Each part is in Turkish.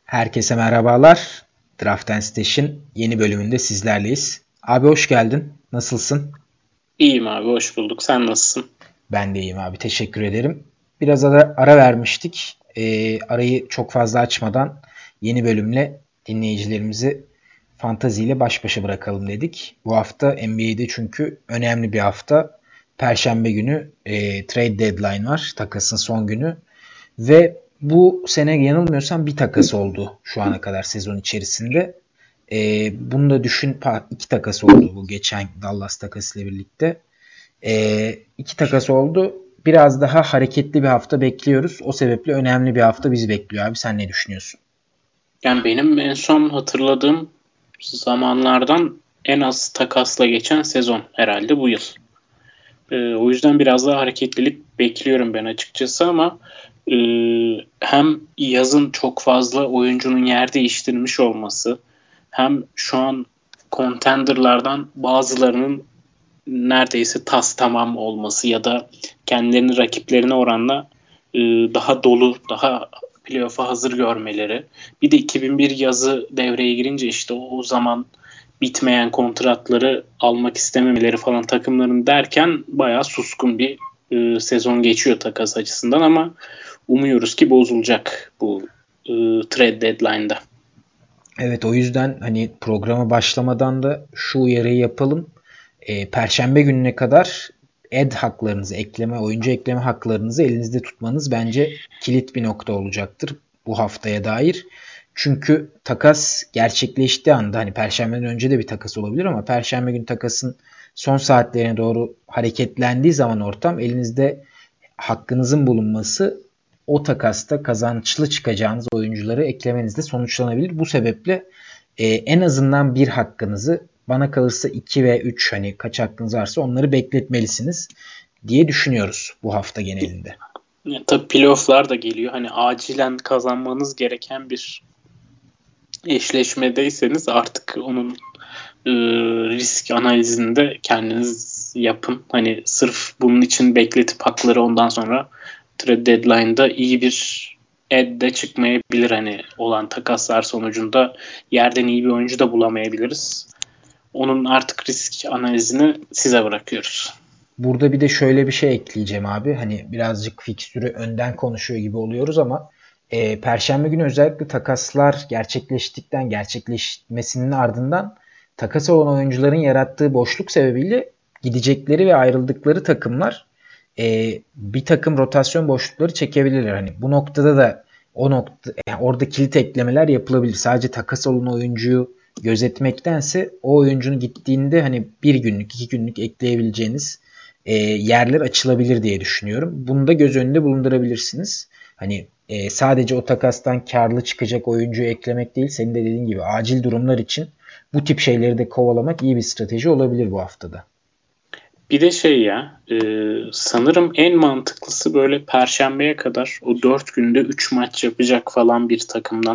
Herkese merhabalar. Draft and Stash'in yeni bölümünde sizlerleyiz. Abi hoş geldin. Nasılsın? İyiyim abi, hoş bulduk. Sen nasılsın? Ben de iyiyim abi. Teşekkür ederim. Biraz ara vermiştik. Arayı çok fazla açmadan yeni bölümle dinleyicilerimizi Fantazi ile baş başa bırakalım dedik. Bu hafta NBA'de çünkü önemli bir hafta. Perşembe günü trade deadline var. Takasın son günü. Ve bu sene yanılmıyorsam bir takas oldu şu ana kadar sezon içerisinde. Bunu da düşün, iki takas oldu bu geçen Dallas takasıyla birlikte. İki takas oldu. Biraz daha hareketli bir hafta bekliyoruz. O sebeple önemli bir hafta bizi bekliyor abi. Sen ne düşünüyorsun? Yani benim en son hatırladığım zamanlardan en az takasla geçen sezon herhalde bu yıl. O yüzden biraz daha hareketlilik bekliyorum ben açıkçası ama e, hem yazın çok fazla oyuncunun yer değiştirmiş olması hem şu an contenderlardan bazılarının neredeyse tas tamam olması ya da kendilerini rakiplerine oranla daha dolu, daha playoff'a hazır görmeleri. Bir de 2001 yazı devreye girince işte o zaman bitmeyen kontratları almak istememeleri falan takımların derken bayağı suskun bir sezon geçiyor takas açısından ama umuyoruz ki bozulacak bu trade deadline'da. Evet, o yüzden hani programa başlamadan da şu uyarıyı yapalım. Perşembe gününe kadar haklarınızı, oyuncu ekleme haklarınızı elinizde tutmanız bence kilit bir nokta olacaktır bu haftaya dair. Çünkü takas gerçekleştiği anda hani Perşembeden önce de bir takas olabilir ama Perşembe günü takasın son saatlerine doğru hareketlendiği zaman ortam elinizde hakkınızın bulunması o takasta kazançlı çıkacağınız oyuncuları eklemenizde sonuçlanabilir. Bu sebeple en azından bir hakkınızı, bana kalırsa 2 ve 3, hani kaç hakkınız varsa onları bekletmelisiniz diye düşünüyoruz bu hafta genelinde. Yani tabii playoff'lar da geliyor. Hani acilen kazanmanız gereken bir eşleşmedeyseniz artık onun risk analizinde kendiniz yapın. Hani sırf bunun için bekletip hakları ondan sonra trade deadline'da iyi bir de çıkmayabilir. Hani olan takaslar sonucunda yerden iyi bir oyuncu da bulamayabiliriz. Onun artık risk analizini size bırakıyoruz. Burada bir de şöyle bir şey ekleyeceğim abi. Hani birazcık fikstürü önden konuşuyor gibi oluyoruz ama Perşembe günü özellikle takaslar gerçekleşmesinin ardından takas olan oyuncuların yarattığı boşluk sebebiyle gidecekleri ve ayrıldıkları takımlar bir takım rotasyon boşlukları çekebilirler. Hani bu noktada da yani orada kilit eklemeler yapılabilir. Sadece takas olan oyuncuyu gözetmektense o oyuncunun gittiğinde hani bir günlük, iki günlük ekleyebileceğiniz yerler açılabilir diye düşünüyorum. Bunu da göz önünde bulundurabilirsiniz. Hani sadece o takastan karlı çıkacak oyuncuyu eklemek değil, senin de dediğin gibi acil durumlar için bu tip şeyleri de kovalamak iyi bir strateji olabilir bu haftada. Bir de sanırım en mantıklısı böyle Perşembe'ye kadar o 4 günde 3 maç yapacak falan bir takımdan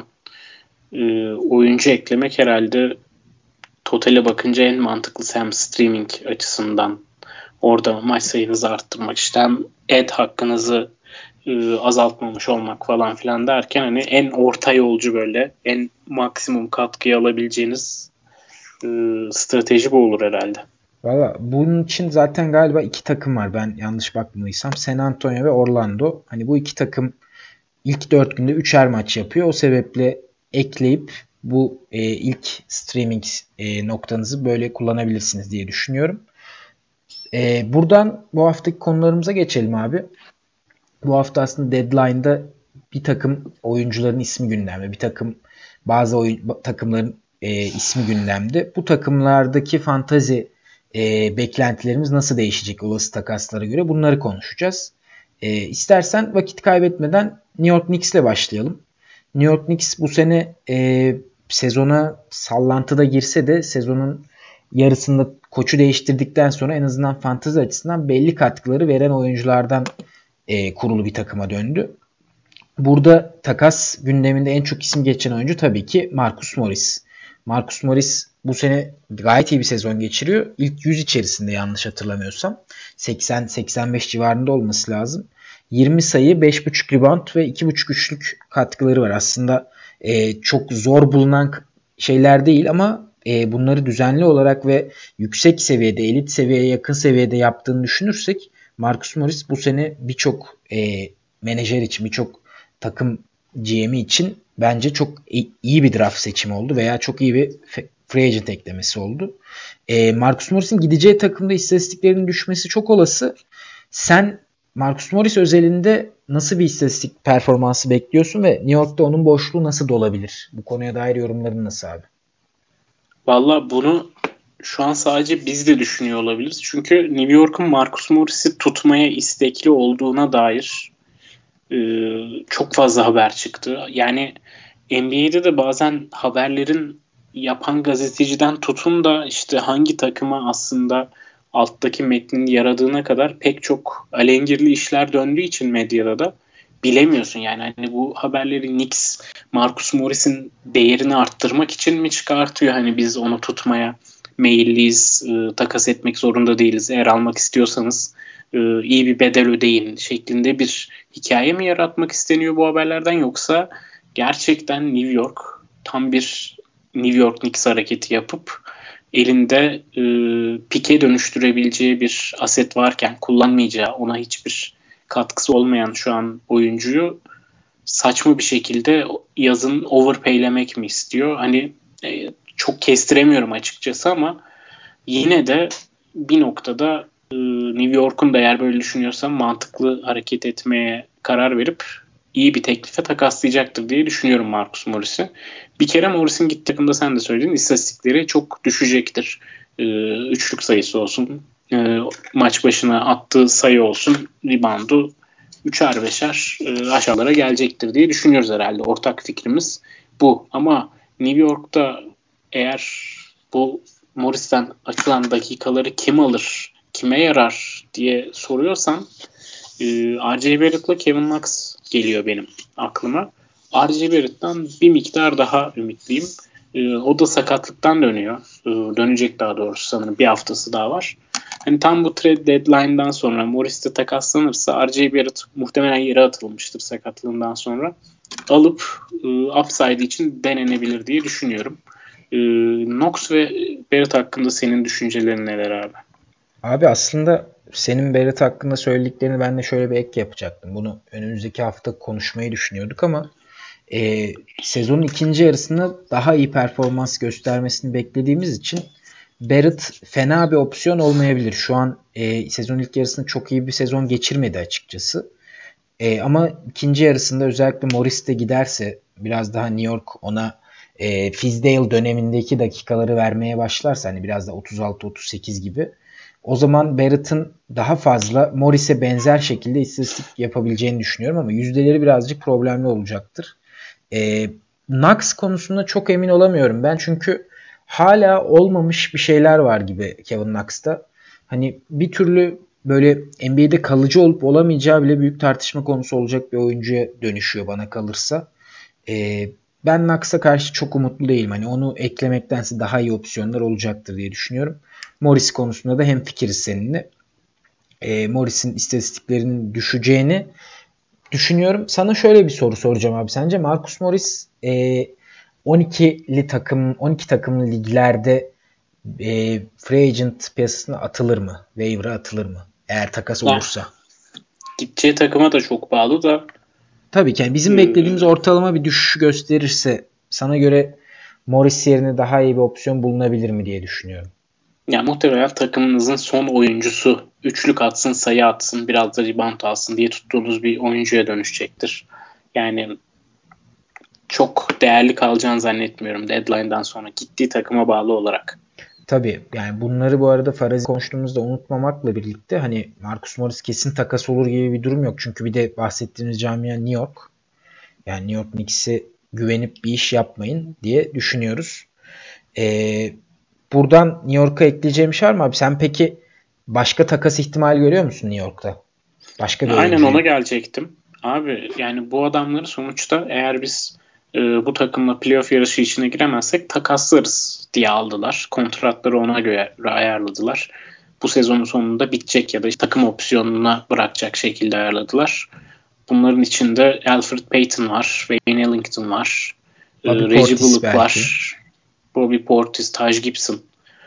oyuncu eklemek herhalde totale bakınca en mantıklısı hem streaming açısından orada maç sayınızı arttırmak işte hem hakkınızı azaltmamış olmak falan filan derken hani en orta yolcu böyle en maksimum katkıyı alabileceğiniz strateji bu olur herhalde. Valla bunun için zaten galiba iki takım var, ben yanlış bakmadıysam. San Antonio ve Orlando. Hani bu iki takım ilk 4 günde 3'er maç yapıyor. O sebeple ekleyip bu ilk streaming noktanızı böyle kullanabilirsiniz diye düşünüyorum. Buradan bu haftaki konularımıza geçelim abi. Bu hafta aslında deadline'da bir takım oyuncuların ismi gündemde. Bazı takımların ismi gündemde. Bu takımlardaki fantazi beklentilerimiz nasıl değişecek olası takaslara göre, bunları konuşacağız. İstersen vakit kaybetmeden New York Knicks'le başlayalım. New York Knicks bu sene sezona sallantıda girse de sezonun yarısında koçu değiştirdikten sonra en azından fantazi açısından belli katkıları veren oyunculardan kurulu bir takıma döndü. Burada takas gündeminde en çok isim geçen oyuncu tabii ki Marcus Morris. Marcus Morris bu sene gayet iyi bir sezon geçiriyor. İlk 100 içerisinde yanlış hatırlamıyorsam. 80-85 civarında olması lazım. 20 sayı, 5.5 rebound ve 2.5 üçlük katkıları var. Aslında çok zor bulunan şeyler değil ama bunları düzenli olarak ve yüksek seviyede, elit seviyeye yakın seviyede yaptığını düşünürsek Marcus Morris bu sene birçok menajer için, birçok takım GM'i için bence çok iyi bir draft seçimi oldu veya çok iyi bir free agent eklemesi oldu. Marcus Morris'in gideceği takımda istatistiklerinin düşmesi çok olası. Sen Marcus Morris özelinde nasıl bir istatistik performansı bekliyorsun ve New York'ta onun boşluğu nasıl dolabilir? Bu konuya dair yorumların nasıl abi? Valla bunu şu an sadece biz de düşünüyor olabiliriz. Çünkü New York'un Marcus Morris'i tutmaya istekli olduğuna dair çok fazla haber çıktı. Yani NBA'de de bazen haberlerin yapan gazeteciden tutun da işte hangi takıma aslında alttaki metnin yaradığına kadar pek çok alengirli işler döndüğü için medyada da bilemiyorsun. Yani hani bu haberleri Knicks Marcus Morris'in değerini arttırmak için mi çıkartıyor? Hani biz onu tutmaya meyilliyiz, takas etmek zorunda değiliz. Eğer almak istiyorsanız iyi bir bedel ödeyin şeklinde bir hikaye mi yaratmak isteniyor bu haberlerden, yoksa gerçekten New York tam bir New York Knicks hareketi yapıp elinde pike dönüştürebileceği bir aset varken kullanmayacağı, ona hiçbir katkısı olmayan şu an oyuncuyu saçma bir şekilde yazın overpaylemek mi istiyor? Hani çok kestiremiyorum açıkçası ama yine de bir noktada New York'un da eğer böyle düşünüyorsam mantıklı hareket etmeye karar verip iyi bir teklife takaslayacaktır diye düşünüyorum Marcus Morris'i. Bir kere Morris'in gittiği takımda sen de söyledin, istatistikleri çok düşecektir. Üçlük sayısı olsun, maç başına attığı sayı olsun, reboundu üçer beşer aşağılara gelecektir diye düşünüyoruz herhalde. Ortak fikrimiz bu. Ama New York'ta eğer bu Morris'ten açılan dakikaları kim alır, kime yarar diye soruyorsan R.J. Barrett'la Kevin Knox geliyor benim aklıma. R.J. Barrett'tan bir miktar daha ümitliyim. O da sakatlıktan dönüyor. Dönecek daha doğrusu, sanırım bir haftası daha var. Hani tam bu trade deadline'dan sonra Morris de takaslanırsa R.J. Barrett muhtemelen yere atılmıştır sakatlığından sonra. Alıp upside için denenebilir diye düşünüyorum. Knox ve Barrett hakkında senin düşüncelerin neler abi? Abi aslında senin Barrett hakkında söylediklerini ben de şöyle bir ek yapacaktım. Bunu önümüzdeki hafta konuşmayı düşünüyorduk ama sezonun ikinci yarısında daha iyi performans göstermesini beklediğimiz için Barrett fena bir opsiyon olmayabilir. Şu an sezon ilk yarısında çok iyi bir sezon geçirmedi açıkçası. Ama ikinci yarısında özellikle Morris de giderse, biraz daha New York ona Fizdale dönemindeki dakikaları vermeye başlarsa, hani biraz da 36-38 gibi, o zaman Barrett'ın daha fazla Morris'e benzer şekilde istatistik yapabileceğini düşünüyorum ama yüzdeleri birazcık problemli olacaktır. Knox konusunda çok emin olamıyorum ben, çünkü hala olmamış bir şeyler var gibi Kevin Knox'ta. Hani bir türlü böyle NBA'de kalıcı olup olamayacağı bile büyük tartışma konusu olacak bir oyuncuya dönüşüyor bana kalırsa. Ben Knox'a karşı çok umutlu değilim. Hani onu eklemektense daha iyi opsiyonlar olacaktır diye düşünüyorum. Morris konusunda da hemfikiriz seninle. Morris'in istatistiklerinin düşeceğini düşünüyorum. Sana şöyle bir soru soracağım abi. Sence Marcus Morris 12'li takım, 12 takımlı liglerde free agent piyasasına atılır mı? Waiver'a atılır mı? Eğer takas Yani, olursa. gideceği takıma da çok bağlı da. Tabii ki yani bizim beklediğimiz ortalama bir düşüş gösterirse sana göre Morris yerine daha iyi bir opsiyon bulunabilir mi diye düşünüyorum. Ya muhtemelen takımınızın son oyuncusu üçlük atsın, sayı atsın, biraz da rebound alsın diye tuttuğunuz bir oyuncuya dönüşecektir. Yani çok değerli kalacağını zannetmiyorum deadline'dan sonra, gittiği takıma bağlı olarak. Tabii yani bunları bu arada farazi konuştuğumuzda unutmamakla birlikte hani Marcus Morris kesin takas olur gibi bir durum yok. Çünkü bir de bahsettiğimiz camia New York. Yani New York Knicks'e güvenip bir iş yapmayın diye düşünüyoruz. Buradan New York'a ekleyeceğim şey var mı abi? Sen peki başka takas ihtimali görüyor musun New York'ta? Başka bir Aynen oyuncuyu. ona gelecektim. Abi yani bu adamları sonuçta eğer biz bu takımla playoff yarışı içine giremezsek takaslarız diye aldılar. Kontratları ona göre ayarladılar. Bu sezonun sonunda bitecek ya da işte takım opsiyonuna bırakacak şekilde ayarladılar. Bunların içinde Elfrid Payton var, Wayne Ellington var. Reggie Bullock belki var. Bobby Portis, Taj Gibson.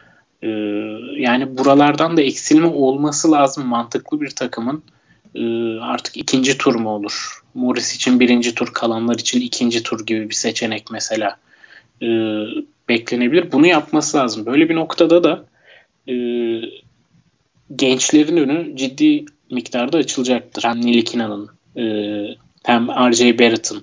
Yani buralardan da eksilme olması lazım mantıklı bir takımın. Artık ikinci tur mu olur? Morris için birinci tur, kalanlar için ikinci tur gibi bir seçenek mesela beklenebilir. Bunu yapması lazım. Böyle bir noktada da gençlerin önü ciddi miktarda açılacaktır. Hem Nilikina'nın hem R.J. Barrett'ın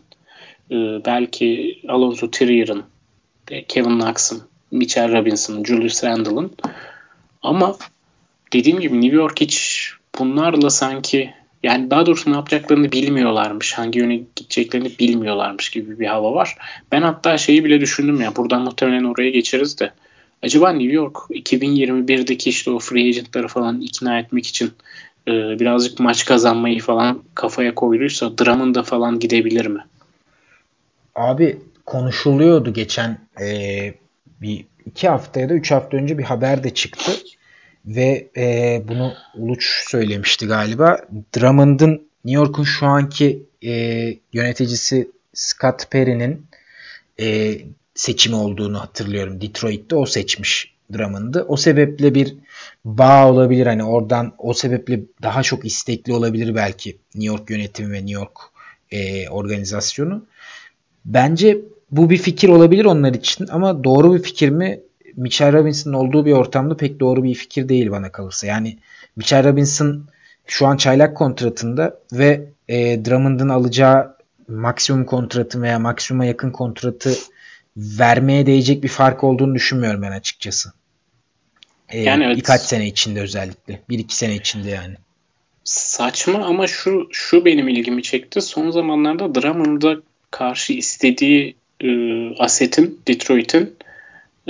belki Alonzo Trier'ın, Kevin Knox'ın, Mitchell Robinson'ın, Julius Randle'ın ama dediğim gibi New York hiç bunlarla sanki yani daha doğrusu ne yapacaklarını bilmiyorlarmış. Hangi yöne gideceklerini bilmiyorlarmış gibi bir hava var. Ben hatta şeyi bile düşündüm ya buradan muhtemelen oraya geçeriz de. Acaba New York 2021'deki işte o free agentları falan ikna etmek için birazcık maç kazanmayı falan kafaya koyduysa Drummond'a falan gidebilir mi? Abi konuşuluyordu geçen bir 2 hafta ya da 3 hafta önce bir haber de çıktı ve bunu Uluç söylemişti galiba. Drummond'ın New York'un şu anki yöneticisi Scott Perry'nin seçimi olduğunu hatırlıyorum. Detroit'te o seçmiş Drummond'ı. O sebeple bir bağ olabilir. Hani oradan o sebeple daha çok istekli olabilir belki New York yönetimi ve New York organizasyonu. Bence bu bir fikir olabilir onlar için ama doğru bir fikir mi? Mitchell Robinson'ın olduğu bir ortamda pek doğru bir fikir değil bana kalırsa. Yani Mitchell Robinson şu an çaylak kontratında ve Drummond'un alacağı maksimum kontratı veya maksimuma yakın kontratı vermeye değecek bir fark olduğunu düşünmüyorum ben açıkçası. Yani Birkaç evet, sene içinde özellikle. 1-2 sene içinde yani. saçma ama şu benim ilgimi çekti. Son zamanlarda Drummond'a karşı istediği asetin Detroit'in e,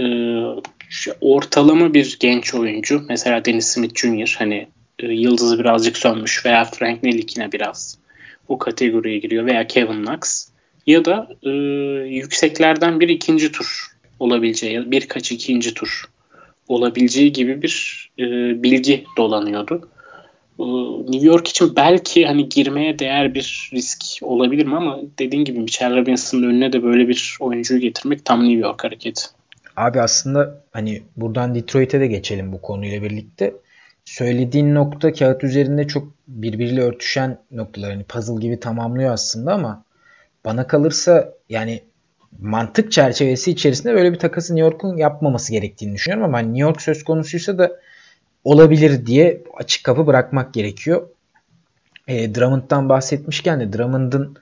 ortalama bir genç oyuncu. Mesela Dennis Smith Jr. hani yıldızı birazcık sönmüş veya Frank Ntilikina biraz o kategoriye giriyor veya Kevin Knox ya da yükseklerden bir ikinci tur olabileceği birkaç ikinci tur olabileceği gibi bir bilgi dolanıyordu. New York için belki hani girmeye değer bir risk olabilir mi ama dediğin gibi Mitchell Robinson'ın önüne de böyle bir oyuncuyu getirmek tam New York hareketi. Abi aslında hani buradan Detroit'e de geçelim bu konuyla birlikte. Söylediğin nokta kağıt üzerinde çok birbiriyle örtüşen noktalar. Hani puzzle gibi tamamlıyor aslında ama bana kalırsa yani mantık çerçevesi içerisinde böyle bir takası New York'un yapmaması gerektiğini düşünüyorum ama New York söz konusuysa da olabilir diye açık kapı bırakmak gerekiyor. Drummond'dan bahsetmişken de Drummond'ın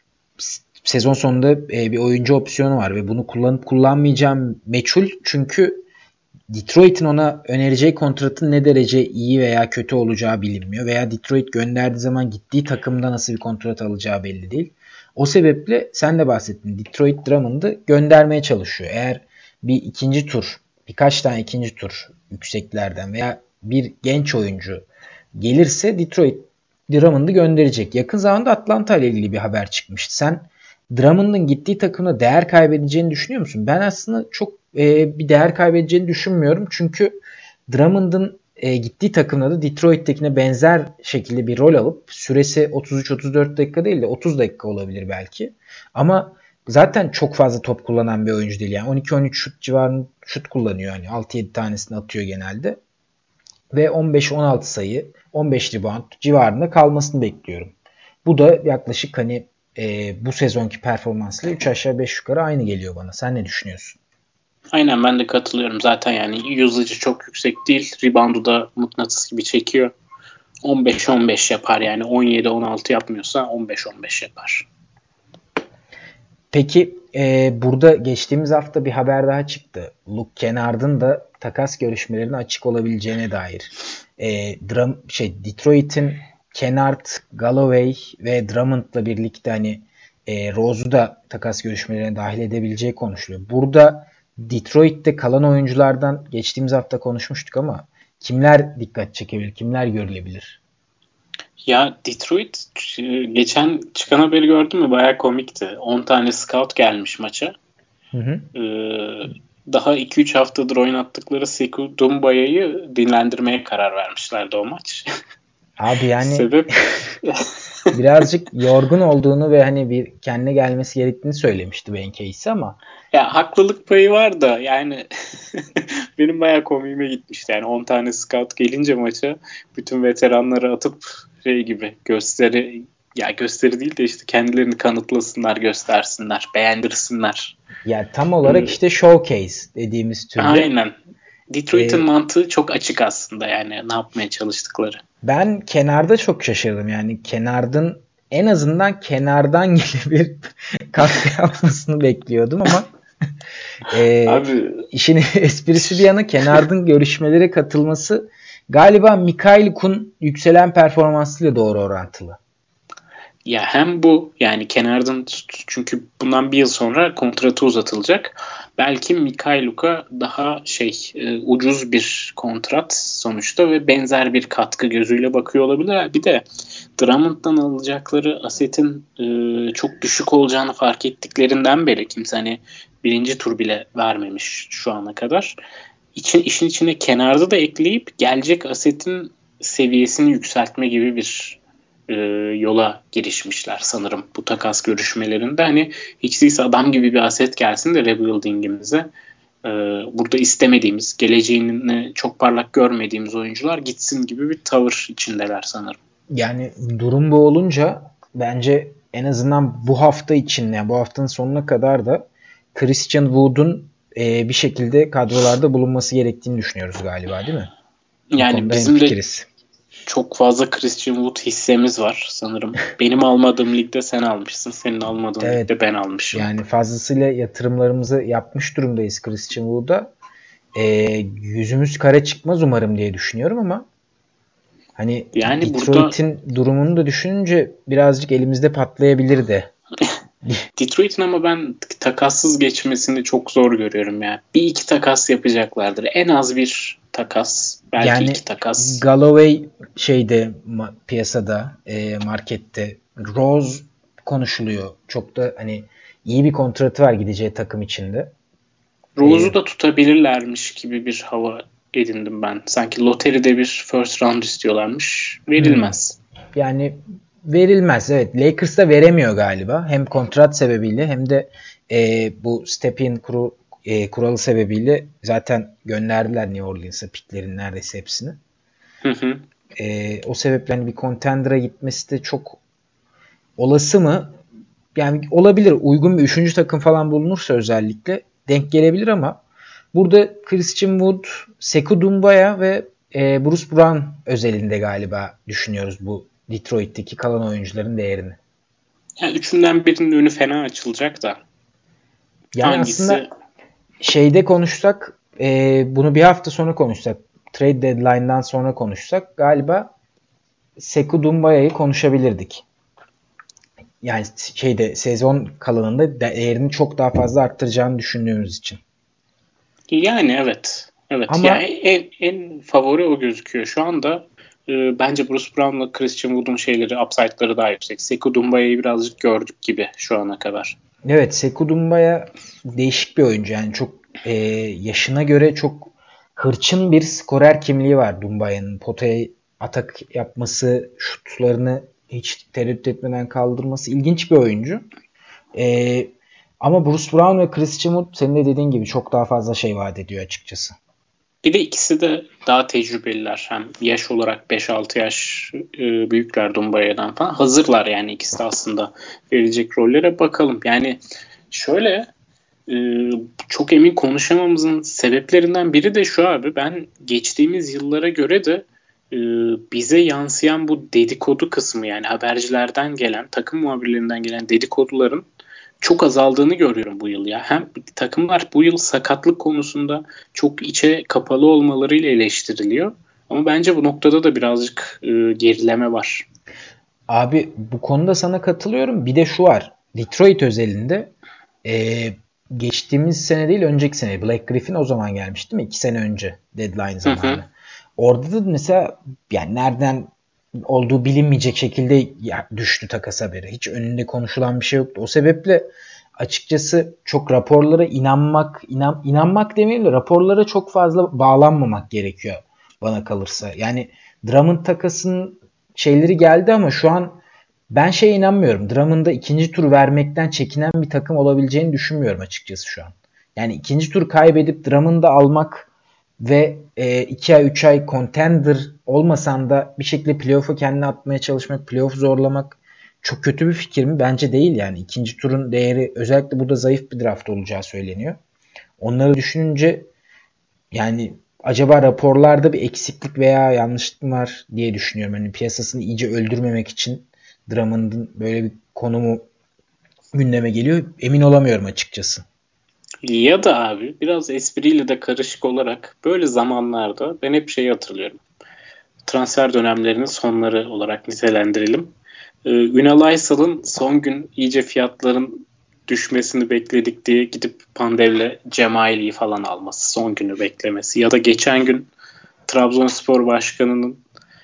sezon sonunda bir oyuncu opsiyonu var ve bunu kullanıp kullanmayacağım meçhul çünkü Detroit'in ona önereceği kontratın ne derece iyi veya kötü olacağı bilinmiyor. Veya Detroit gönderdiği zaman gittiği takımda nasıl bir kontrat alacağı belli değil. O sebeple sen de bahsettin. Detroit Drummond'ı göndermeye çalışıyor. Eğer bir ikinci tur, birkaç tane ikinci tur yükseklerden veya bir genç oyuncu gelirse Detroit Drummond'ı gönderecek. Yakın zamanda Atlanta ile ilgili bir haber çıkmıştı. Sen Drummond'ın gittiği takımda değer kaybedeceğini düşünüyor musun? Ben aslında çok bir değer kaybedeceğini düşünmüyorum. Çünkü Drummond'ın gittiği takımda da Detroit'tekine benzer şekilde bir rol alıp süresi 33-34 dakika değil de 30 dakika olabilir belki. Ama zaten çok fazla top kullanan bir oyuncu değil. Yani 12-13 şut civarında şut kullanıyor. Yani 6-7 tanesini atıyor genelde. Ve 15-16 sayı, 15 rebound civarında kalmasını bekliyorum. Bu da yaklaşık hani bu sezonki performansla 3 aşağı 5 yukarı aynı geliyor bana. Sen ne düşünüyorsun? Aynen ben de katılıyorum. Zaten yani usage'ı çok yüksek değil. Rebound'u da mıknatıs gibi çekiyor. 15-15 yapar yani 17-16 yapmıyorsa 15-15 yapar. Peki burada geçtiğimiz hafta bir haber daha çıktı. Luke Kennard'ın da takas görüşmelerine açık olabileceğine dair. Detroit'in Kennard, Galloway ve Drummond'la birlikte hani Rose'u da takas görüşmelerine dahil edebileceği konuşuluyor. Burada Detroit'te kalan oyunculardan geçtiğimiz hafta konuşmuştuk ama kimler dikkat çekebilir, kimler görülebilir? Ya Detroit geçen çıkan haberi gördün mü? Bayağı komikti. 10 tane scout gelmiş maça. Hı hı. Daha 2-3 haftadır oynattıkları Sekou Doumbouya dinlendirmeye karar vermişlerdi o maç. Abi yani Sebep birazcık yorgun olduğunu ve hani bir kendine gelmesi gerektiğini söylemişti Ben Casey ama Ya haklılık payı var da yani benim bayağı komiğime gitmişti. Yani 10 tane scout gelince maça bütün veteranları atıp şey gibi gösteri değil de işte kendilerini kanıtlasınlar, göstersinler, beğendirsinler. ya tam olarak işte showcase dediğimiz türde. Aynen. Detroit'in Ee, mantığı çok açık aslında yani ne yapmaya çalıştıkları. Ben kenarda çok şaşırdım. Yani kenardın en azından kenardan gelip bir katkı yapmasını bekliyordum ama e, Abi işin esprisi bir yana Kenard'ın görüşmelere katılması galiba Mikhailuk'un yükselen performansıyla doğru orantılı. ya hem bu yani Kennard'ın çünkü bundan bir yıl sonra kontratı uzatılacak. Belki Mikhailuk'a daha ucuz bir kontrat sonuçta ve benzer bir katkı gözüyle bakıyor olabilir. Bir de Drummond'dan alacakları asetin çok düşük olacağını fark ettiklerinden beri kimse hani birinci tur bile vermemiş şu ana kadar. İşin içine Kennard'ı da ekleyip gelecek asetin seviyesini yükseltme gibi bir e, yola girişmişler sanırım bu takas görüşmelerinde. Hani hiç değilse adam gibi bir aset gelsin de rebuilding'imize burada istemediğimiz, geleceğini çok parlak görmediğimiz oyuncular gitsin gibi bir tavır içindeler sanırım. Yani durum bu olunca bence en azından bu hafta için yani bu haftanın sonuna kadar da Christian Wood'un bir şekilde kadrolarda bulunması gerektiğini düşünüyoruz galiba, değil mi? Bu Yani konuda bizim de hemfikiriz. çok fazla Christian Wood hissemiz var sanırım. Benim almadığım ligde sen almışsın. Senin almadığın Evet, ligde ben almışım. yani fazlasıyla yatırımlarımızı yapmış durumdayız Christian Wood'a. Yüzümüz kara çıkmaz umarım diye düşünüyorum ama hani Yani burada Detroit'in durumunu da düşününce birazcık elimizde patlayabilir de. Detroit'in ama ben takassız geçmesini çok zor görüyorum ya. Bir iki takas yapacaklardır. En az bir takas. Belki Yani iki takas. Galloway piyasada, markette. Rose konuşuluyor. Çok da hani iyi bir kontratı var gideceği takım içinde. E, Rose'u da tutabilirlermiş gibi bir hava edindim ben. Sanki loteride bir first round istiyorlarmış. hmm. Verilmez. Yani verilmez. Evet. Lakers da veremiyor galiba. Hem kontrat sebebiyle hem de bu step-in kuralı sebebiyle zaten gönderdiler New Orleans'a piklerin neredeyse hepsini. Hı hı. O sebeple hani bir contender'a gitmesi de çok olası mı? Yani olabilir. Uygun bir üçüncü takım falan bulunursa özellikle denk gelebilir ama burada Christian Wood, Sekou Doumbouya ve Bruce Brown özelinde galiba düşünüyoruz bu Detroit'teki kalan oyuncuların değerini. Yani üçünden birinin önü fena açılacak da. Yani Hangisi? aslında şeyde konuşsak, bunu bir hafta sonra konuşsak, trade deadline'dan sonra konuşsak galiba Sekou Doumbouya konuşabilirdik. Yani sezon kalanında değerini çok daha fazla arttıracağını düşündüğümüz için. Yani evet. Evet. Yani Ama en favori o gözüküyor. Şu anda bence Bruce Brown'la Christian Wood'un upside'ları daha yüksek. Sekou Doumbouya birazcık gördük gibi şu ana kadar. evet, Sekou Doumbouya değişik bir oyuncu. Yani çok yaşına göre çok hırçın bir skorer kimliği var Doumbouyanın. Potaya atak yapması, şutlarını hiç tereddüt etmeden kaldırması ilginç bir oyuncu. E, Ama Bruce Brown ve Christian Wood senin de dediğin gibi çok daha fazla şey vaat ediyor açıkçası. Bir de ikisi de daha tecrübeliler. Hem yaş olarak 5-6 yaş büyükler Dumbaya'dan falan. Hazırlar yani ikisi de aslında verecek rollere bakalım. Yani şöyle e, çok emin konuşamamızın sebeplerinden biri de şu abi. Ben geçtiğimiz yıllara göre de e, bize yansıyan bu dedikodu kısmı yani habercilerden gelen, takım muhabirlerinden gelen dedikoduların çok azaldığını görüyorum bu yıl ya. Hem takımlar bu yıl sakatlık konusunda çok içe kapalı olmalarıyla eleştiriliyor. Ama bence bu noktada da birazcık gerileme var. Abi bu konuda sana katılıyorum. Bir de şu var. Detroit özelinde e, geçtiğimiz sene değil önceki sene Black Griffin o zaman gelmiş değil mi? 2 sene önce deadline Hı hı. zamanı. Orada da mesela yani nereden olduğu bilinmeyecek şekilde düştü takas haberi. Hiç önünde konuşulan bir şey yoktu. O sebeple açıkçası çok raporlara inanmak demeyeyim de raporlara çok fazla bağlanmamak gerekiyor bana kalırsa. Yani Drummond takasının şeyleri geldi ama şu an Ben şeye inanmıyorum. Drummond'a ikinci tur vermekten çekinen bir takım olabileceğini düşünmüyorum açıkçası şu an. Yani ikinci tur kaybedip Drummond'ı almak ve 2 ay 3 ay contender olmasan da bir şekilde playoff'a kendini atmaya çalışmak, playoff zorlamak çok kötü bir fikir mi? Bence değil yani. İkinci turun değeri, özellikle burada zayıf bir draft olacağı söyleniyor. Onları düşününce yani acaba raporlarda bir eksiklik veya yanlışlık mı var diye düşünüyorum. Hani piyasasını iyice öldürmemek için Drummond'un böyle bir konumu gündeme geliyor. Emin olamıyorum açıkçası. Ya da abi biraz espriyle de karışık olarak böyle zamanlarda ben hep şeyi hatırlıyorum. Transfer dönemlerinin sonları olarak nitelendirelim. Ünal Aysal'ın son gün iyice fiyatların düşmesini bekledik diye gidip Pandev'le Cemaili'yi falan alması, son günü beklemesi. Ya da geçen gün Trabzonspor Başkanı'nın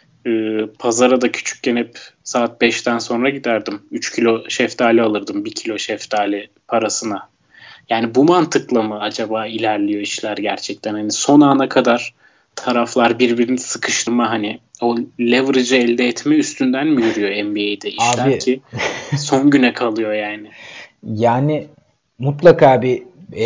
pazara da küçükken hep saat 5'ten sonra giderdim. 3 kilo şeftali alırdım 1 kilo şeftali parasına. Yani bu mantıkla mı acaba ilerliyor işler gerçekten? Hani son ana kadar taraflar birbirini sıkıştırma, hani o leverage'ı elde etme üstünden mi yürüyor NBA'de işler Abi ki son güne kalıyor yani? yani mutlaka bir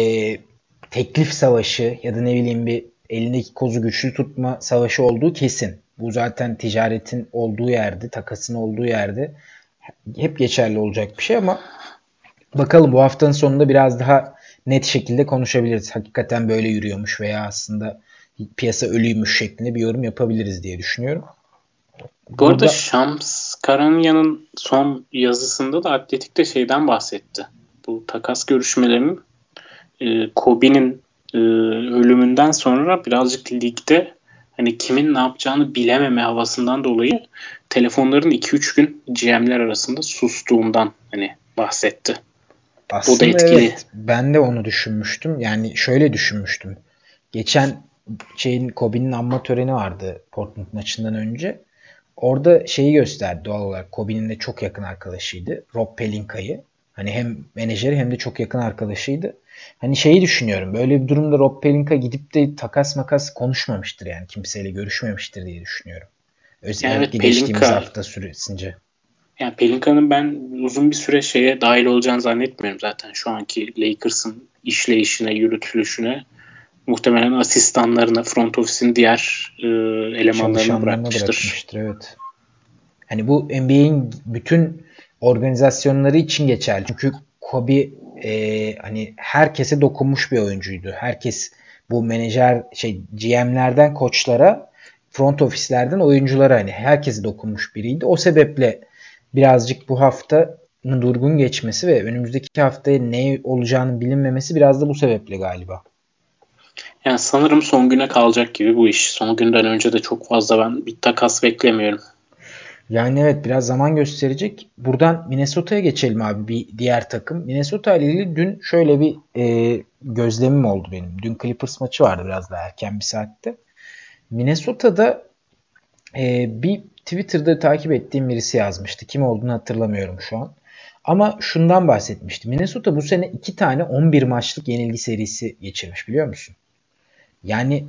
teklif savaşı ya da ne bileyim bir elindeki kozu güçlü tutma savaşı olduğu kesin. Bu zaten ticaretin olduğu yerde, takasın olduğu yerde hep geçerli olacak bir şey ama bakalım bu haftanın sonunda biraz daha net şekilde konuşabiliriz. Hakikaten böyle yürüyormuş veya aslında piyasa ölüymüş şeklinde bir yorum yapabiliriz diye düşünüyorum. Bu arada Burada Shams Karanya'nın son yazısında da Atletik'te şeyden bahsetti. Bu takas görüşmelerinin Kobe'nin ölümünden sonra birazcık ligde hani kimin ne yapacağını bilememe havasından dolayı telefonların 2-3 gün GM'ler arasında sustuğundan hani bahsetti. Bu da aslında etkili. evet ben de onu düşünmüştüm. Yani şöyle düşünmüştüm. Geçen Kobe'nin anma töreni vardı Portland maçından önce. Orada şeyi gösterdi doğal olarak. Kobe'nin de çok yakın arkadaşıydı. Rob Pelinka'yı. Hani hem menajeri hem de çok yakın arkadaşıydı. Hani şeyi düşünüyorum. Böyle bir durumda Rob Pelinka gidip de takas makas konuşmamıştır yani. Kimseyle görüşmemiştir diye düşünüyorum. Yani Özellikle evet, geçtiğimiz Pelinka, hafta süresince. yani Pelinka'nın ben uzun bir süre şeye dahil olacağını zannetmiyorum zaten. Şu anki Lakers'ın işleyişine, yürütülüşüne, muhtemelen asistanlarına, front office'in diğer elemanlarına Çalışanlarına bırakmıştır. bırakmıştır evet. Hani bu NBA'in bütün organizasyonları için geçerli. Çünkü Kobe hani herkese dokunmuş bir oyuncuydu. Herkes bu menajer GM'lerden koçlara, front ofislerden oyunculara hani herkese dokunmuş biriydi. O sebeple birazcık bu haftanın durgun geçmesi ve önümüzdeki haftaya ne olacağını bilinmemesi biraz da bu sebeple galiba. Yani sanırım son güne kalacak gibi bu iş. Son günden önce de çok fazla ben bir takas beklemiyorum. Yani evet biraz zaman gösterecek. Buradan Minnesota'ya geçelim abi bir diğer takım. Minnesota ile ilgili dün şöyle bir gözlemim oldu benim. Dün Clippers maçı vardı biraz daha erken bir saatte. Minnesota'da bir Twitter'da takip ettiğim birisi yazmıştı. Kim olduğunu hatırlamıyorum şu an. Ama şundan bahsetmişti. Minnesota bu sene 2 tane 11 maçlık yenilgi serisi geçirmiş biliyor musun? Yani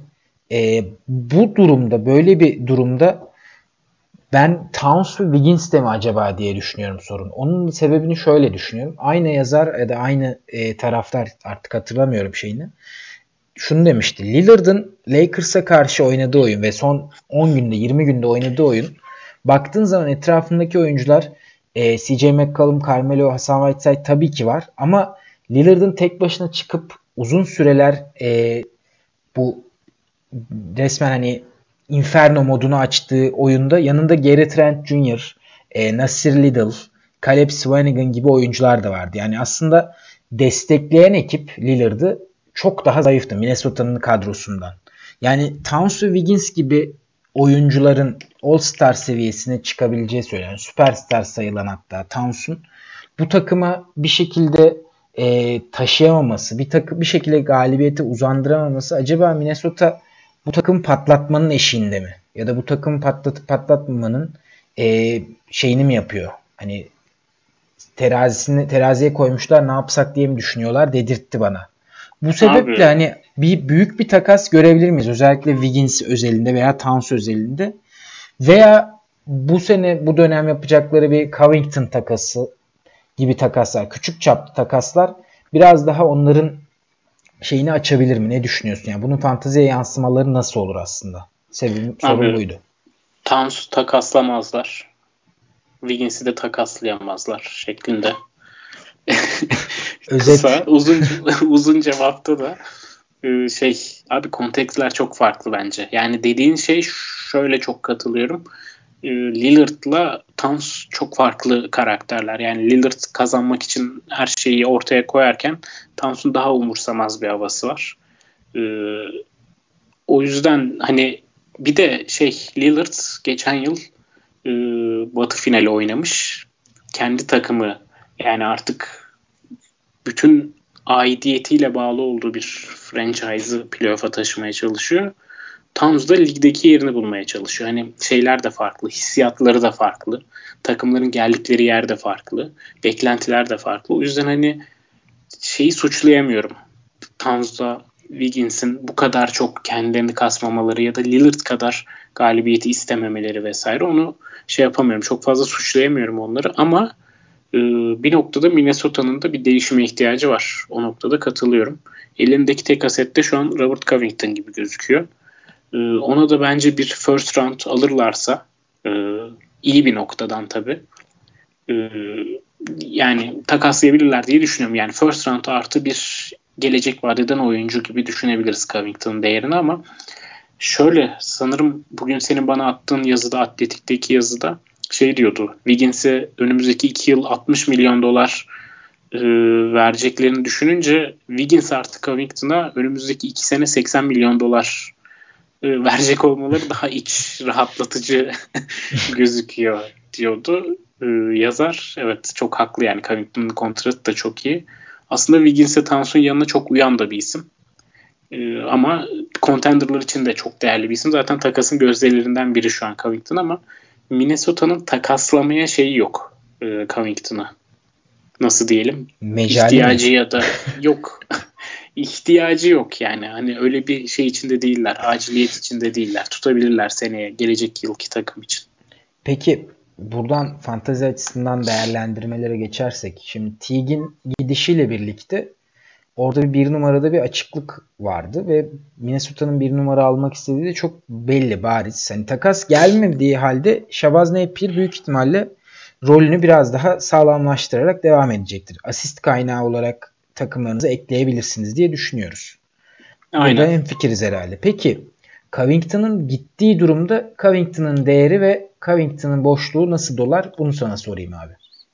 bu durumda böyle bir durumda ben Towns ve Wiggins de mi acaba diye düşünüyorum sorun. Onun sebebini şöyle düşünüyorum. Aynı yazar ya da aynı taraftar artık hatırlamıyorum şeyini. Şunu demişti. Lillard'ın Lakers'a karşı oynadığı oyun ve son 10 günde 20 günde oynadığı oyun baktığın zaman etrafındaki oyuncular CJ McCollum, Carmelo, Hassan Whiteside tabii ki var ama Lillard'ın tek başına çıkıp uzun süreler bu resmen hani Inferno modunu açtığı oyunda yanında Gary Trent Jr., Nasir Little, Caleb Swanigan gibi oyuncular da vardı. Yani aslında destekleyen ekip Lillard'ı çok daha zayıftı Minnesota'nın kadrosundan. Yani Towns ve Wiggins gibi oyuncuların All-Star seviyesine çıkabileceği söyleniyor. Süperstar sayılan hatta Towns'un bu takıma bir şekilde taşıyamaması, bir şekilde galibiyete uzandıramaması acaba Minnesota bu takım patlatmanın eşiğinde mi? Ya da bu takım patlatıp patlatmamanın şeyini mi yapıyor? Hani teraziye koymuşlar ne yapsak diye mi düşünüyorlar dedirtti bana. Bu sebeple Abi hani büyük bir takas görebilir miyiz? Özellikle Wiggins özelinde veya Towns özelinde. Veya bu sene bu dönem yapacakları bir Covington takası gibi takaslar, küçük çaplı takaslar biraz daha onların şeyini açabilir mi? Ne düşünüyorsun? Yani bunun fanteziye yansımaları nasıl olur aslında? Sorun Abi buydu. Towns'u takaslamazlar. Wiggins'i de takaslayamazlar şeklinde. Kısa, Özet. uzun cevapta da abi kontekstler çok farklı bence. Yani dediğin şey şöyle çok katılıyorum. Lillard'la Towns çok farklı karakterler. Yani Lillard kazanmak için her şeyi ortaya koyarken Towns'un daha umursamaz bir havası var. E, O yüzden hani bir de Lillard geçen yıl e, Batı finali oynamış. Kendi takımı yani artık bütün aidiyetiyle bağlı olduğu bir franchise'ı playoff'a taşımaya çalışıyor. Towns da ligdeki yerini bulmaya çalışıyor. Hani şeyler de farklı, hissiyatları da farklı. Takımların geldikleri yer de farklı. Beklentiler de farklı. O yüzden hani şeyi suçlayamıyorum. Towns'da Wiggins'in bu kadar çok kendilerini kasmamaları ya da Lillard kadar galibiyeti istememeleri vesaire onu yapamıyorum. Çok fazla suçlayamıyorum onları ama bir noktada Minnesota'nın da bir değişime ihtiyacı var. O noktada katılıyorum. Elindeki tek aset de şu an Robert Covington gibi gözüküyor. Ona da bence bir first round alırlarsa e, iyi bir noktadan tabii. E, Yani takaslayabilirler diye düşünüyorum. Yani first round artı bir gelecek vadeden oyuncu gibi düşünebiliriz Covington'ın değerini ama şöyle sanırım bugün senin bana attığın yazıda, Atletik'teki yazıda diyordu. Wiggins'e önümüzdeki 2 yıl 60 milyon dolar vereceklerini düşününce Wiggins artı Covington'a önümüzdeki 2 sene 80 milyon dolar verecek olmaları daha iç rahatlatıcı gözüküyor diyordu yazar. Evet çok haklı yani Covington'ın kontratı da çok iyi. Aslında Wiggins'e Towns'un yanına çok uyan da bir isim. Ama contenderlar için de çok değerli bir isim. Zaten takasın gözlerinden biri şu an Covington ama Minnesota'nın takaslamaya şeyi yok Covington'a. Nasıl diyelim? Mecali mi? İhtiyacı ya da yok. İhtiyacı yok yani. Hani öyle bir şey içinde değiller. Aciliyet içinde değiller. Tutabilirler seneye, gelecek yılki takım için. Peki buradan fantezi açısından değerlendirmelere geçersek. Şimdi Teague'in gidişiyle birlikte orada bir numarada bir açıklık vardı ve Minnesota'nın bir numara almak istediği de çok belli, bariz. Hani takas gelmediği halde Shabazz Napier büyük ihtimalle rolünü biraz daha sağlamlaştırarak devam edecektir. Asist kaynağı olarak takımlarınıza ekleyebilirsiniz diye düşünüyoruz. Burada Aynen. hemfikiriz herhalde. Peki Covington'ın gittiği durumda Covington'ın değeri ve Covington'ın boşluğu nasıl dolar? Bunu sana sorayım abi.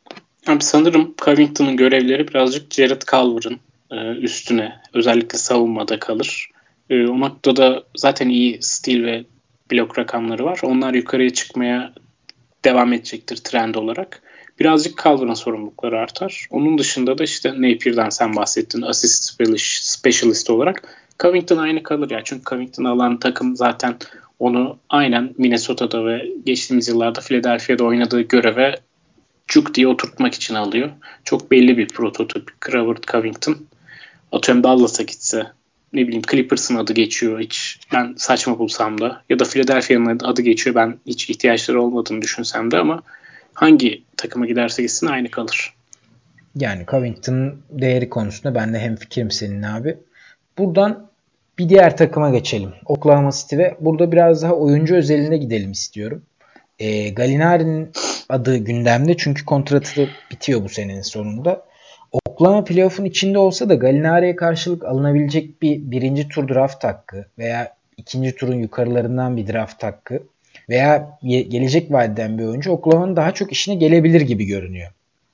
Abi sanırım Covington'ın görevleri birazcık Jared Culver'ın üstüne özellikle savunmada kalır. O noktada zaten iyi steal ve blok rakamları var. Onlar yukarıya çıkmaya devam edecektir trend olarak. Birazcık Culver'ın sorumlulukları artar. Onun dışında da işte Napier'den sen bahsettin assist specialist olarak. Covington aynı kalır ya. Çünkü Covington alan takım zaten onu aynen Minnesota'da ve geçtiğimiz yıllarda Philadelphia'da oynadığı göreve cuk diye oturtmak için alıyor. Çok belli bir prototip Robert Covington. Atıyorum Dallas'a gitse ne bileyim Clippers'ın adı geçiyor hiç ben saçma bulsam da ya da Philadelphia'nın adı geçiyor ben hiç ihtiyaçları olmadığını düşünsem de ama hangi takıma giderse gitsin aynı kalır. Yani Covington'ın değeri konusunda ben de hemfikirim seninle abi. Buradan bir diğer takıma geçelim. Oklahoma City ve burada biraz daha oyuncu özelinde gidelim istiyorum. Gallinari'nin adı gündemde çünkü kontratı da bitiyor bu senenin sonunda. Oklahoma playoff'un içinde olsa da Gallinari'ye karşılık alınabilecek bir birinci tur draft hakkı veya ikinci turun yukarılarından bir draft hakkı veya gelecek vadeden bir oyuncu Oklahoma'nın daha çok işine gelebilir gibi görünüyor.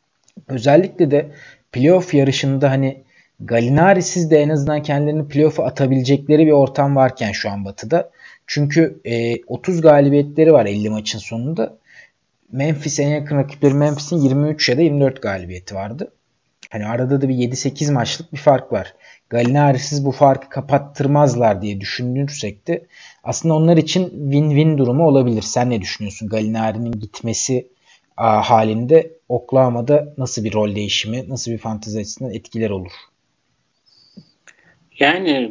Özellikle de playoff yarışında hani Gallinari'siz de en azından kendilerini playoff'a atabilecekleri bir ortam varken şu an Batı'da. Çünkü 30 galibiyetleri var 50 maçın sonunda. Memphis en yakın rakipleri Memphis'in 23 ya da 24 galibiyeti vardı. Hani arada da bir 7-8 maçlık bir fark var. Gallinari'siz bu farkı kapattırmazlar diye düşünürsek de aslında onlar için win-win durumu olabilir. Sen ne düşünüyorsun? Gallinari'nin gitmesi halinde Oklahoma'da nasıl bir rol değişimi, nasıl bir fantezi açısından etkiler olur? Yani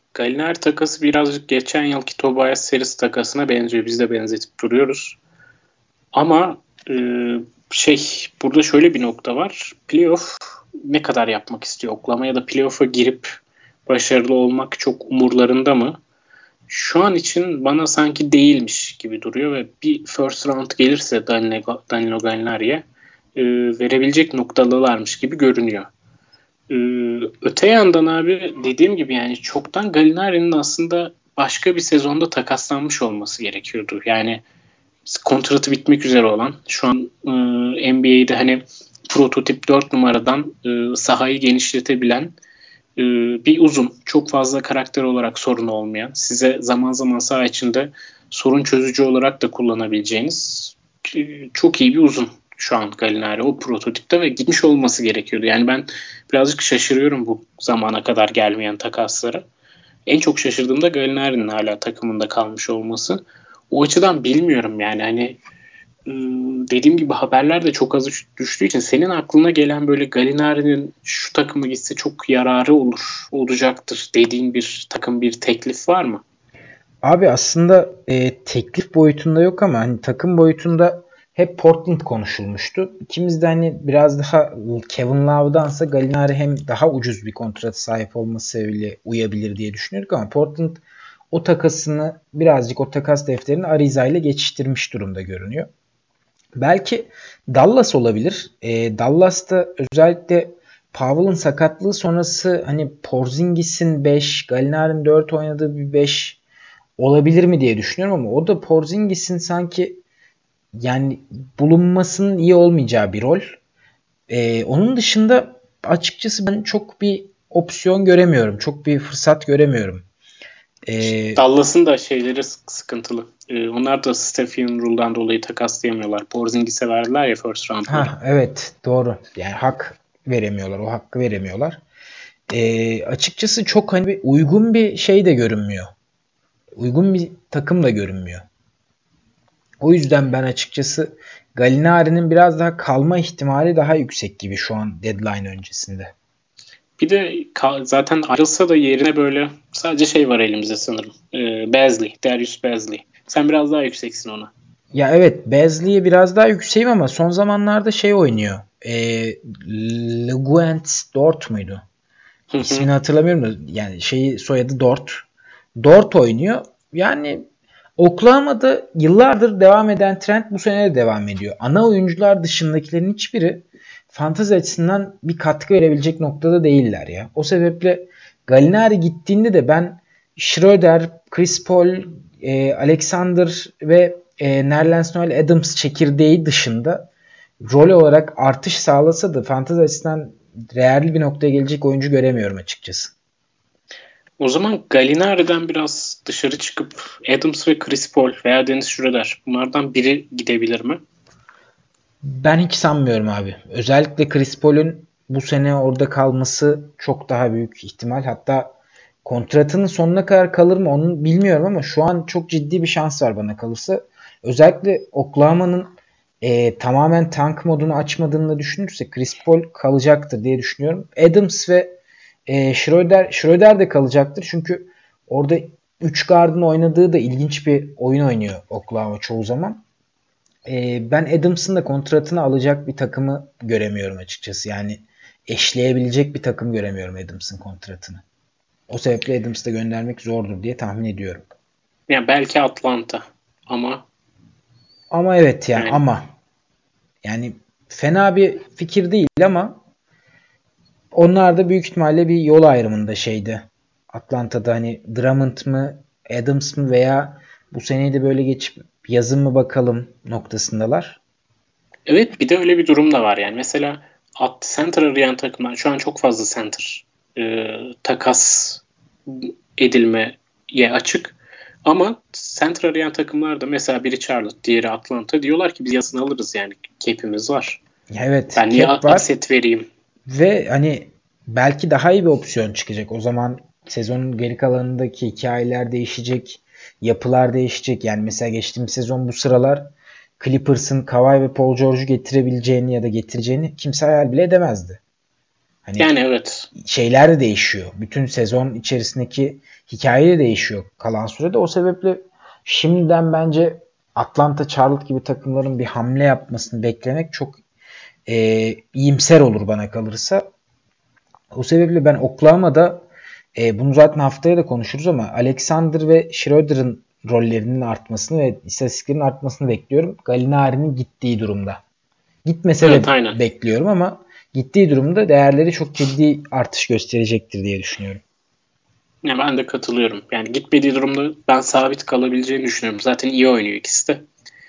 Gallinari takası birazcık geçen yılki Tobias Harris takasına benziyor. Biz de benzetip duruyoruz. Ama burada şöyle bir nokta var. Playoff ne kadar yapmak istiyor Oklahoma ya da playoff'a girip başarılı olmak çok umurlarında mı? Şu an için bana sanki değilmiş gibi duruyor ve bir first round gelirse Danilo Gallinari'ye verebilecek noktalılarmış gibi görünüyor. Öte yandan abi dediğim gibi yani çoktan Gallinari'nin aslında başka bir sezonda takaslanmış olması gerekiyordu. Yani kontratı bitmek üzere olan şu an NBA'de hani prototip 4 numaradan sahayı genişletebilen bir uzun, çok fazla karakter olarak sorun olmayan, size zaman zaman saha içinde sorun çözücü olarak da kullanabileceğiniz çok iyi bir uzun şu an Gallinari o prototipte ve gitmiş olması gerekiyordu. Yani ben birazcık şaşırıyorum bu zamana kadar gelmeyen takaslara. En çok şaşırdığım da Gallinari'nin hala takımında kalmış olması. O açıdan bilmiyorum yani hani dediğim gibi haberler de çok az düştüğü için senin aklına gelen böyle Gallinari'nin şu takıma gitse çok yararı olacaktır dediğin bir takım bir teklif var mı? Abi aslında teklif boyutunda yok ama hani takım boyutunda hep Portland konuşulmuştu. İkimiz de hani biraz daha Kevin Love'dansa Gallinari hem daha ucuz bir kontrata sahip olması sebebiyle uyabilir diye düşünüyorduk ama Portland o takasını birazcık o takas defterini Ariza ile geçiştirmiş durumda görünüyor. Belki Dallas olabilir. Dallas'ta özellikle Powell'ın sakatlığı sonrası hani Porzingis'in 5, Gallinari'nin 4 oynadığı bir 5 olabilir mi diye düşünüyorum ama o da Porzingis'in sanki yani bulunmasının iyi olmayacağı bir rol. Onun dışında açıkçası ben çok bir opsiyon göremiyorum. Çok bir fırsat göremiyorum. Dallas'ın da şeyleri sıkıntılı. Onlar da Stephen Rule'dan dolayı takaslayamıyorlar. Porzingis'e verdiler ya first round'ları. Evet doğru. Yani hak veremiyorlar. O hakkı veremiyorlar. Açıkçası çok hani uygun bir şey de görünmüyor. Uygun bir takım da görünmüyor. O yüzden ben açıkçası Gallinari'nin biraz daha kalma ihtimali daha yüksek gibi şu an deadline öncesinde. Bir de zaten ayrılsa da yerine böyle sadece şey var elimizde sanırım. Darius Bazley. Sen biraz daha yükseksin ona. Ya evet Bazley'e biraz daha yükseğim ama son zamanlarda şey oynuyor. Le Guent Dort muydu? Hı hı. İsmini hatırlamıyorum da yani soyadı Dort. Dort oynuyor. Yani Oklahoma'da yıllardır devam eden trend bu sene de devam ediyor. Ana oyuncular dışındakilerin hiçbiri fantezi açısından bir katkı verebilecek noktada değiller ya. O sebeple Gallinari gittiğinde de ben Schroeder, Chris Paul, Alexander ve Nerlens Noel Adams çekirdeği dışında rol olarak artış sağlasa da fantezi açısından değerli bir noktaya gelecek oyuncu göremiyorum açıkçası. O zaman Gallinari'den biraz dışarı çıkıp Adams ve Chris Paul veya Dennis Schroeder bunlardan biri gidebilir mi? Ben hiç sanmıyorum abi. Özellikle Chris Paul'ün bu sene orada kalması çok daha büyük ihtimal. Hatta kontratının sonuna kadar kalır mı onu bilmiyorum ama şu an çok ciddi bir şans var bana kalırsa. Özellikle Oklahoma'nın tamamen tank modunu açmadığını düşünürsek Chris Paul kalacaktır diye düşünüyorum. Adams ve Schroeder de kalacaktır. Çünkü orada 3 guard'ın oynadığı da ilginç bir oyun oynuyor Oklahoma çoğu zaman. Ben Adams'ın da kontratını alacak bir takımı göremiyorum açıkçası. Yani eşleyebilecek bir takım göremiyorum Adams'ın kontratını. O sebeple Adams'ı da göndermek zordur diye tahmin ediyorum. Yani belki Atlanta ama Ama evet yani yani fena bir fikir değil ama onlar da büyük ihtimalle bir yol ayrımında şeydi. Atlanta'da hani Drummond mı Adams mı veya bu seneyi de böyle geçip yazın mı bakalım noktasındalar. evet bir de öyle bir durum da var yani. Mesela center arayan takımlar şu an çok fazla center takas edilmeye açık. Ama center arayan takımlar da mesela biri Charlotte, diğeri Atlanta diyorlar ki biz yazın alırız yani cap'imiz var. Evet, Ben niye cap var. aset vereyim? Ve hani belki daha iyi bir opsiyon çıkacak. O zaman sezonun geri kalanındaki hikayeler değişecek. Yapılar değişecek. Yani mesela geçtiğimiz sezon bu sıralar Clippers'ın Kawhi ve Paul George'u getirebileceğini ya da getireceğini kimse hayal bile edemezdi. Hani Yani evet. şeyler de değişiyor. Bütün sezon içerisindeki hikaye de değişiyor kalan sürede. O sebeple şimdiden bence Atlanta, Charlotte gibi takımların bir hamle yapmasını beklemek çok iyimser olur bana kalırsa. O sebeple ben Oklahoma'da bunu zaten haftaya da konuşuruz ama Alexander ve Schroeder'ın rollerinin artmasını ve istatistiklerin artmasını bekliyorum. Gallinari'nin gittiği durumda. Gitmese Evet, de aynen. bekliyorum ama gittiği durumda değerleri çok ciddi artış gösterecektir diye düşünüyorum. Ya ben de katılıyorum. Yani gitmediği durumda ben sabit kalabileceğini düşünüyorum. Zaten iyi oynuyor ikisi de.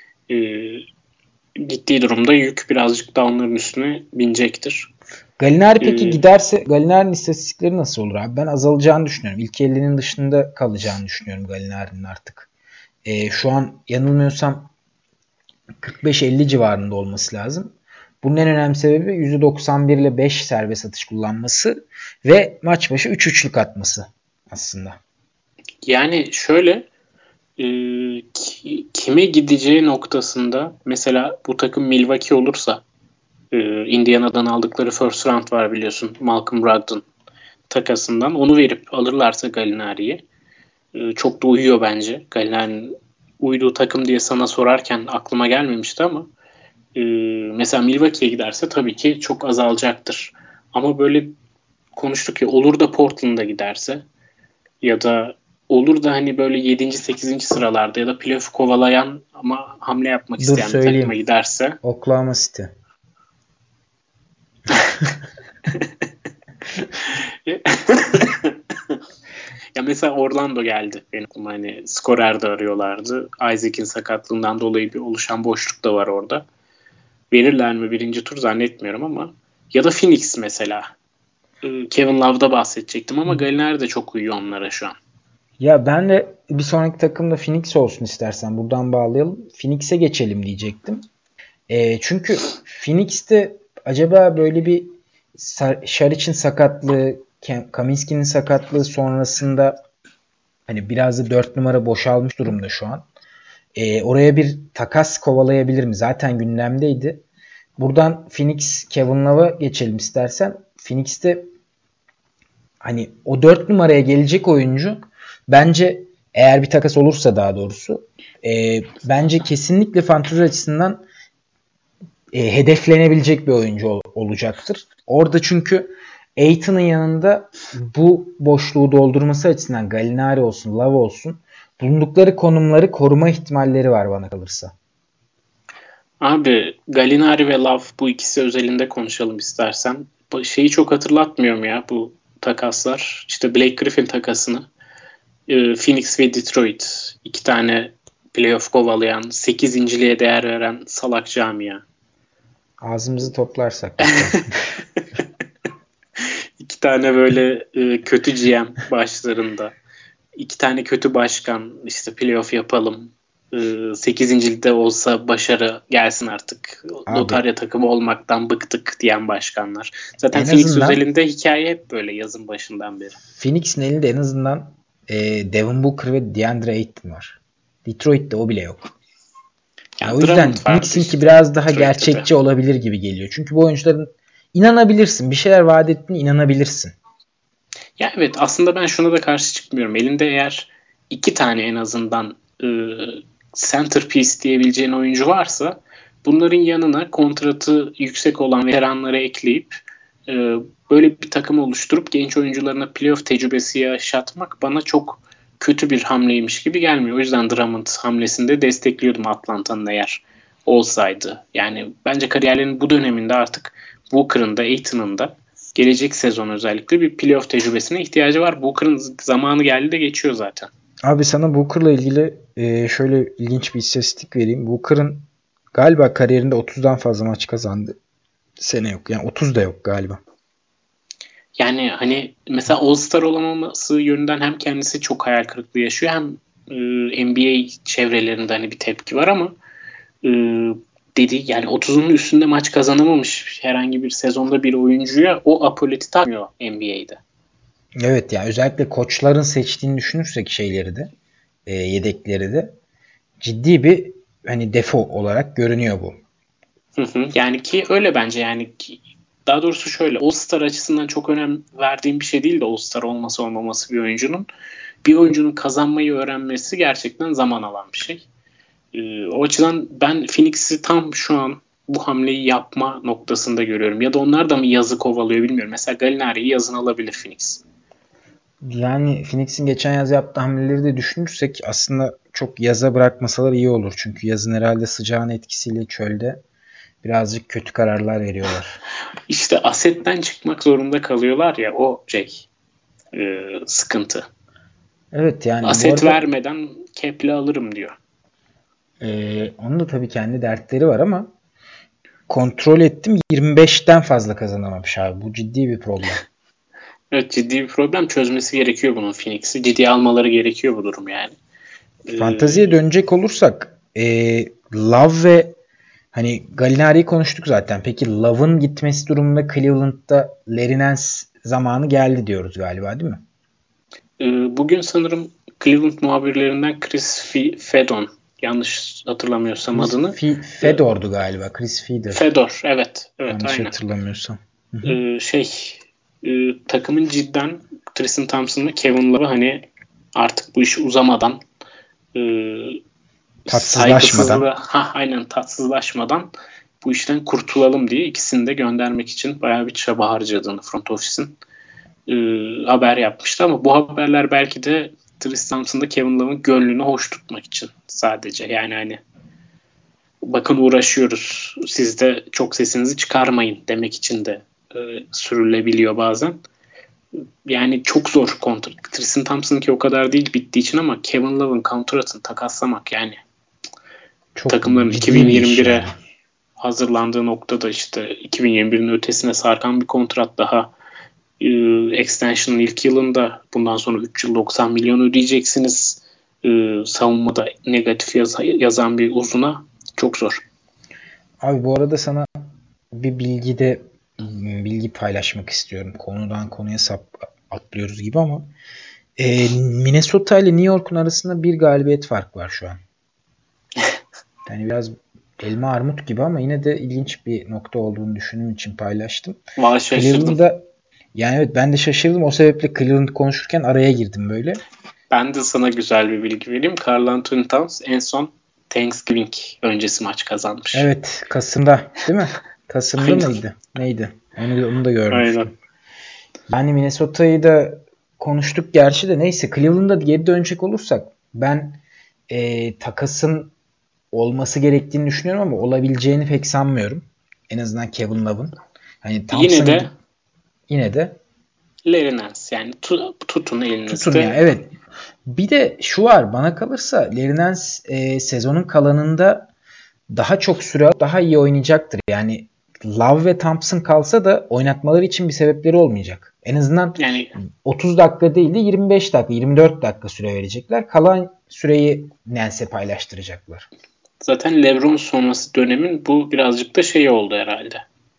Gittiği durumda yük birazcık daha onların üstüne binecektir. Gallinari Ee, peki giderse Gallinari'nin istatistikleri nasıl olur abi? Ben azalacağını düşünüyorum. İlk 50'nin dışında kalacağını düşünüyorum Gallinari'nin artık. Şu an yanılmıyorsam 45-50 civarında olması lazım. Bunun en önemli sebebi %91 ile 5 serbest atış kullanması ve maç başı 3 üçlük atması aslında. Yani şöyle kime gideceği noktasında mesela bu takım Milwaukee olursa Indiana'dan aldıkları first round var biliyorsun. Malcolm Brogdon takasından. Onu verip alırlarsa Gallinari'yi çok da uyuyor bence. Gallinari'nin uyduğu takım diye sana sorarken aklıma gelmemişti ama mesela Milwaukee'ye giderse tabii ki çok azalacaktır. Ama böyle konuştuk ya olur da Portland'a giderse ya da olur da hani böyle 7. 8. sıralarda ya da playoff kovalayan ama hamle yapmak Dur isteyen bir takıma söyleyeyim. giderse Oklahoma City. ya mesela Orlando geldi benim aklıma, hani skorer de arıyorlardı. Isaac'in sakatlığından dolayı bir oluşan boşluk da var orada. Verirler mi birinci tur zannetmiyorum ama ya da Phoenix mesela. Kevin Love'da bahsedecektim ama Gallinari de çok uyuyor onlara şu an. Ya ben de bir sonraki takımda Phoenix olsun istersen. Buradan bağlayalım. Phoenix'e geçelim diyecektim. Çünkü Phoenix'te acaba böyle bir Şariç'in sakatlığı, Kaminski'nin sakatlığı sonrasında hani biraz da 4 numara boşalmış durumda şu an. Oraya bir takas kovalayabilir mi? Zaten gündemdeydi. Buradan Phoenix Kevin Love'a geçelim istersen. Phoenix'te hani o 4 numaraya gelecek oyuncu bence eğer bir takas olursa daha doğrusu bence kesinlikle fantezi açısından hedeflenebilecek bir oyuncu olacaktır. Orada çünkü Aiton'un yanında bu boşluğu doldurması açısından Gallinari olsun, Love olsun bulundukları konumları koruma ihtimalleri var bana kalırsa. Abi Gallinari ve Love bu ikisi özelinde konuşalım istersen. Şeyi çok hatırlatmıyorum ya bu takaslar. İşte Blake Griffin takasını. Phoenix ve Detroit. İki tane playoff kovalayan, 8.liğe değer veren salak camia. Ağzımızı toplarsak lütfen. İki tane böyle kötü GM başlarında. İki tane kötü başkan işte playoff yapalım. 8. olsa başarı gelsin artık. Abi Lotarya takımı olmaktan bıktık diyen başkanlar. Zaten en Phoenix azından özelinde hikaye hep böyle yazın başından beri. Phoenix'in elinde en azından Devin Booker ve DeAndre Ayton var. Detroit'te o bile yok. Yani Yani o yüzden Drummond vardı Phoenix'inki işte biraz daha Detroit'te de. gerçekçi olabilir gibi geliyor. Çünkü bu oyuncuların inanabilirsin. Bir şeyler vaat ettiğine inanabilirsin. Ya evet, aslında ben şuna da karşı çıkmıyorum. Elinde eğer iki tane en azından centerpiece diyebileceğin oyuncu varsa bunların yanına kontratı yüksek olan veteranları ekleyip e, böyle bir takım oluşturup genç oyuncularına playoff tecrübesi yaşatmak bana çok kötü bir hamleymiş gibi gelmiyor. O yüzden Drummond hamlesinde destekliyordum Atlanta'nın eğer olsaydı. Yani bence kariyerlerinin bu döneminde artık Booker'ın da Ayton'un da gelecek sezon özellikle bir playoff tecrübesine ihtiyacı var. Booker'ın zamanı geldi de geçiyor zaten. Abi sana Booker'la ilgili şöyle ilginç bir istatistik vereyim. Booker'ın galiba kariyerinde 30'dan fazla maç kazandı. Sene yok. Yani 30 da yok galiba. Yani hani mesela All-Star olan olması yönünden hem kendisi çok hayal kırıklığı yaşıyor hem NBA çevrelerinde hani bir tepki var ama e, dedi yani 30'un üstünde maç kazanamamış herhangi bir sezonda bir oyuncuya o apoleti takmıyor NBA'de. Evet ya özellikle koçların seçtiğini düşünürsek şeyleri de yedekleri de ciddi bir hani defo olarak görünüyor bu. Hı hı. Yani ki öyle bence, yani ki, daha doğrusu şöyle, All-Star açısından çok önem verdiğim bir şey değil de All-Star olması olmaması bir oyuncunun. Bir oyuncunun kazanmayı öğrenmesi gerçekten zaman alan bir şey. O açıdan ben Phoenix'i tam şu an bu hamleyi yapma noktasında görüyorum. Ya da onlar da mı yazı kovalıyor bilmiyorum. Mesela Gallinari'yi yazın alabilir Phoenix. Yani Phoenix'in geçen yaz yaptığı hamleleri de düşünürsek aslında çok yaza bırakmasalar iyi olur. Çünkü yazın herhalde sıcağın etkisiyle çölde birazcık kötü kararlar veriyorlar. İşte asetten çıkmak zorunda kalıyorlar ya, o sıkıntı. Evet yani bu Aset arada vermeden cap'le alırım diyor. onun da tabii kendi dertleri var ama kontrol ettim 25'ten fazla kazanamamış abi. Bu ciddi bir problem. Evet, ciddi bir problem, çözmesi gerekiyor bunun Phoenix'i. Ciddiye almaları gerekiyor bu durum yani. Fantaziye dönecek olursak Love ve hani Gallinari'yi konuştuk zaten. Peki Love'ın gitmesi durumunda Cleveland'da Larry Nance zamanı geldi diyoruz galiba değil mi? Bugün sanırım Cleveland muhabirlerinden Chris Fedon, yanlış hatırlamıyorsam Chris adını. Fedor'du galiba. Chris Fedor. Fedor, evet. Evet, Yanlış aynen. hatırlamıyorsam. Ee, şey takımın cidden Tristan Thompson'la Kevin Love'ı hani artık bu iş uzamadan, e, Tatsızlaşmadan. aynen tatsızlaşmadan bu işten kurtulalım diye ikisini de göndermek için bayağı bir çaba harcadığını front office'in haber yapmıştı, ama bu haberler belki de Tristan Thompson'da Kevin Love'ın gönlünü hoş tutmak için sadece. Yani hani bakın uğraşıyoruz, siz de çok sesinizi çıkarmayın demek için de sürülebiliyor bazen. Yani çok zor kontrat. Tristan Thompson'ınki o kadar değil bittiği için, ama Kevin Love'ın kontratını takaslamak yani Çok takımların ciddi bir iş 2021'e yani. hazırlandığı noktada işte 2021'in ötesine sarkan bir kontrat daha. Extension'ın ilk yılında bundan sonra 3 yıl 90 milyon ödeyeceksiniz. Savunmada negatif yazan bir uzuna çok zor. Abi bu arada sana bir bilgi paylaşmak istiyorum. Konudan konuya atlıyoruz gibi ama Minnesota ile New York'un arasında bir galibiyet fark var şu an. Yani biraz elma armut gibi ama yine de ilginç bir nokta olduğunu düşündüğüm için paylaştım. Valla şaşırdım. Cleveland'da yani evet ben de şaşırdım. O sebeple Cleveland konuşurken araya girdim böyle. Ben de sana güzel bir bilgi vereyim. Karl Anthony Towns en son Thanksgiving öncesi maç kazanmış. Evet Kasım'da değil mi? Kasım'da Aynen. mıydı? Neydi? Onu da Aynen. görmüştüm. Yani Minnesota'yı da konuştuk gerçi de neyse Cleveland'a geri dönecek olursak ben takasın olması gerektiğini düşünüyorum ama olabileceğini pek sanmıyorum. En azından Kevin Love'ın. Hani Yine Thompson de yine de Larry Nance, yani tutun tutun ya elinizde. evet. Bir de şu var bana kalırsa Larry Nance sezonun kalanında daha çok süre daha iyi oynayacaktır. Yani Love ve Thompson kalsa da oynatmaları için bir sebepleri olmayacak. En azından Yani 30 dakika değil de 25 dakika, 24 dakika süre verecekler. Kalan süreyi Nance'e paylaştıracaklar. zaten LeBron sonrası dönemin bu birazcık da şey oldu herhalde.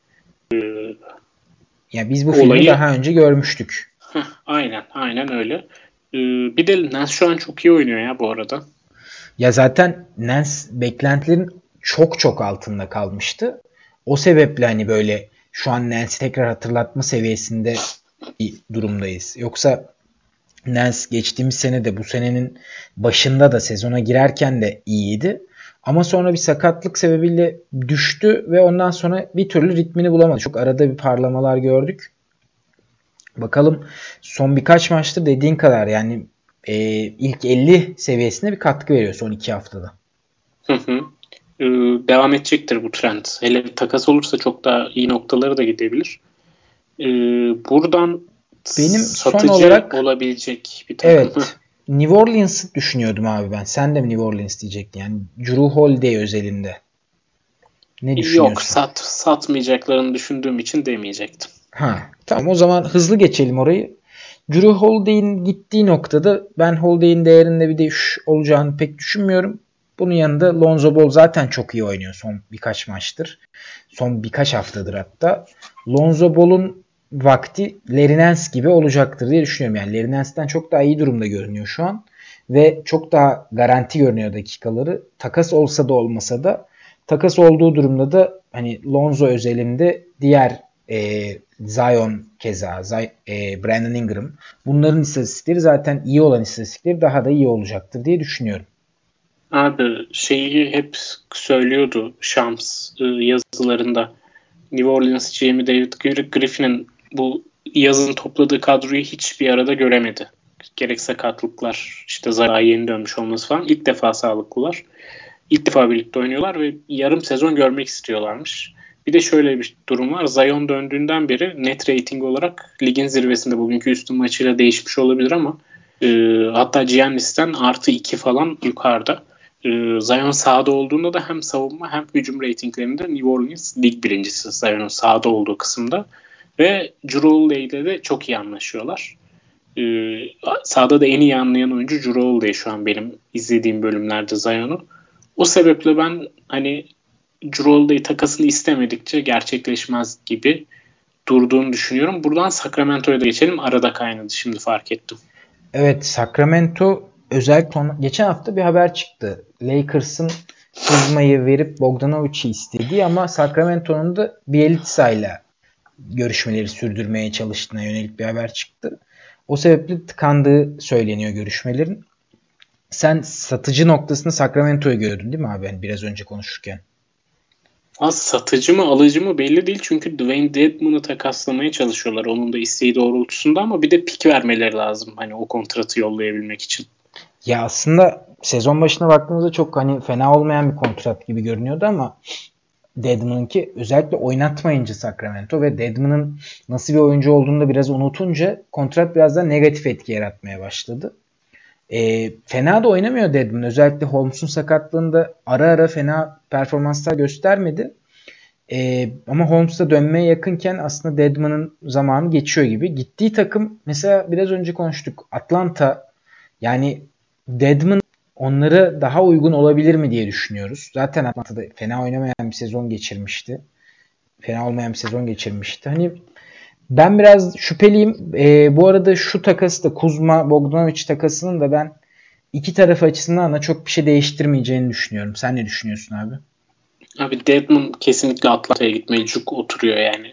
Yani biz bu filmi Olayı daha önce görmüştük. aynen öyle. Bir de Nance şu an çok iyi oynuyor ya bu arada. Ya zaten Nance beklentilerin çok çok altında kalmıştı. O sebeple hani böyle şu an Nance'i tekrar hatırlatma seviyesinde bir durumdayız. Yoksa Nance geçtiğimiz sene de bu senenin başında da sezona girerken de iyiydi. Ama sonra bir sakatlık sebebiyle düştü ve ondan sonra bir türlü ritmini bulamadı. Çok arada bir parlamalar gördük. Bakalım son birkaç maçta dediğin kadar yani ilk 50 seviyesinde bir katkı veriyor son 2 haftada. Hı hı. Devam edecektir bu trend. Hele bir takas olursa çok daha iyi noktalara da gidebilir. Buradan Benim son satıcı olarak olabilecek bir takım. evet New Orleans'ı düşünüyordum abi ben. Sen de mi New Orleans diyecektin? Yani Drew Holiday özelinde. Ne Yok, düşünüyorsun? satmayacaklarını düşündüğüm için demeyecektim. Ha, tamam o zaman hızlı geçelim orayı. Drew Holiday'in gittiği noktada ben Holiday'in değerinde bir düşüş olacağını pek düşünmüyorum. Bunun yanında Lonzo Ball zaten çok iyi oynuyor son birkaç maçtır. Son birkaç haftadır hatta. Lonzo Ball'un vakti Larry Nance gibi olacaktır diye düşünüyorum. Yani Larry Nance'den çok daha iyi durumda görünüyor şu an. Ve çok daha garanti görünüyor dakikaları. Takas olsa da olmasa da takas olduğu durumda da hani Lonzo özelinde diğer Zion keza Brandon Ingram bunların istatistikleri zaten iyi olan istatistikleri daha da iyi olacaktır diye düşünüyorum. Abi şeyi hep söylüyordu Shams yazılarında. New Orleans GM'i David Griffin'in bu yazın topladığı kadroyu hiçbir arada göremedi. Gerek sakatlıklar, işte Zaha yeni dönmüş olması falan. İlk defa sağlıklılar. İlk defa birlikte oynuyorlar ve yarım sezon görmek istiyorlarmış. Bir de şöyle bir durum var. Zion döndüğünden beri net rating olarak ligin zirvesinde, bugünkü Houston maçıyla değişmiş olabilir ama hatta Giannis'ten +2 falan yukarıda. Zion sahada olduğunda da hem savunma hem hücum ratinglerinde New Orleans lig birincisi Zion'un sahada olduğu kısımda. Ve Jrue Holiday'le de çok iyi anlaşıyorlar. Sahada da en iyi anlayan oyuncu Jrue Holiday şu an benim izlediğim bölümlerde Zion'u. O sebeple ben hani Jrue Holiday takasını istemedikçe gerçekleşmez gibi durduğunu düşünüyorum. Buradan Sacramento'ya da geçelim. Arada kaynadı, şimdi fark ettim. Evet, Sacramento özellikle geçen hafta bir haber çıktı. Lakers'ın Kuzma'yı verip Bogdanovic'i istediği ama Sacramento'nun da Bielitsa'yla görüşmeleri sürdürmeye çalıştığına yönelik bir haber çıktı. O sebeple tıkandığı söyleniyor görüşmelerin. Sen satıcı noktasında Sacramento'yu gördün değil mi abi? Yani biraz önce konuşurken. Az satıcı mı alıcı mı belli değil, çünkü Dwayne Dedmon'u takaslamaya çalışıyorlar onun da isteği doğrultusunda, ama bir de pik vermeleri lazım hani o kontratı yollayabilmek için. Ya aslında sezon başına baktığımızda çok hani fena olmayan bir kontrat gibi görünüyordu ama Dedmon'unki özellikle oynatmayınca Sacramento ve Dedmon'un nasıl bir oyuncu olduğunu da biraz unutunca kontrat biraz da negatif etki yaratmaya başladı. Fena da oynamıyor Dedmon. Özellikle Holmes'un sakatlığında ara ara fena performanslar göstermedi. Ama Holmes'a dönmeye yakınken aslında Dedmon'un zamanı geçiyor gibi. Gittiği takım mesela biraz önce konuştuk. Atlanta, yani Dedmon onlara daha uygun olabilir mi diye düşünüyoruz. Zaten Atlanta'da fena oynamayan bir sezon geçirmişti. Fena olmayan bir sezon geçirmişti. Hani ben biraz şüpheliyim. Bu arada şu takası da Kuzma Bogdanovic takasının da ben iki taraf açısından da çok bir şey değiştirmeyeceğini düşünüyorum. Sen ne düşünüyorsun abi? Abi Dedmon kesinlikle Atlanta'ya gitmeye cuk oturuyor yani.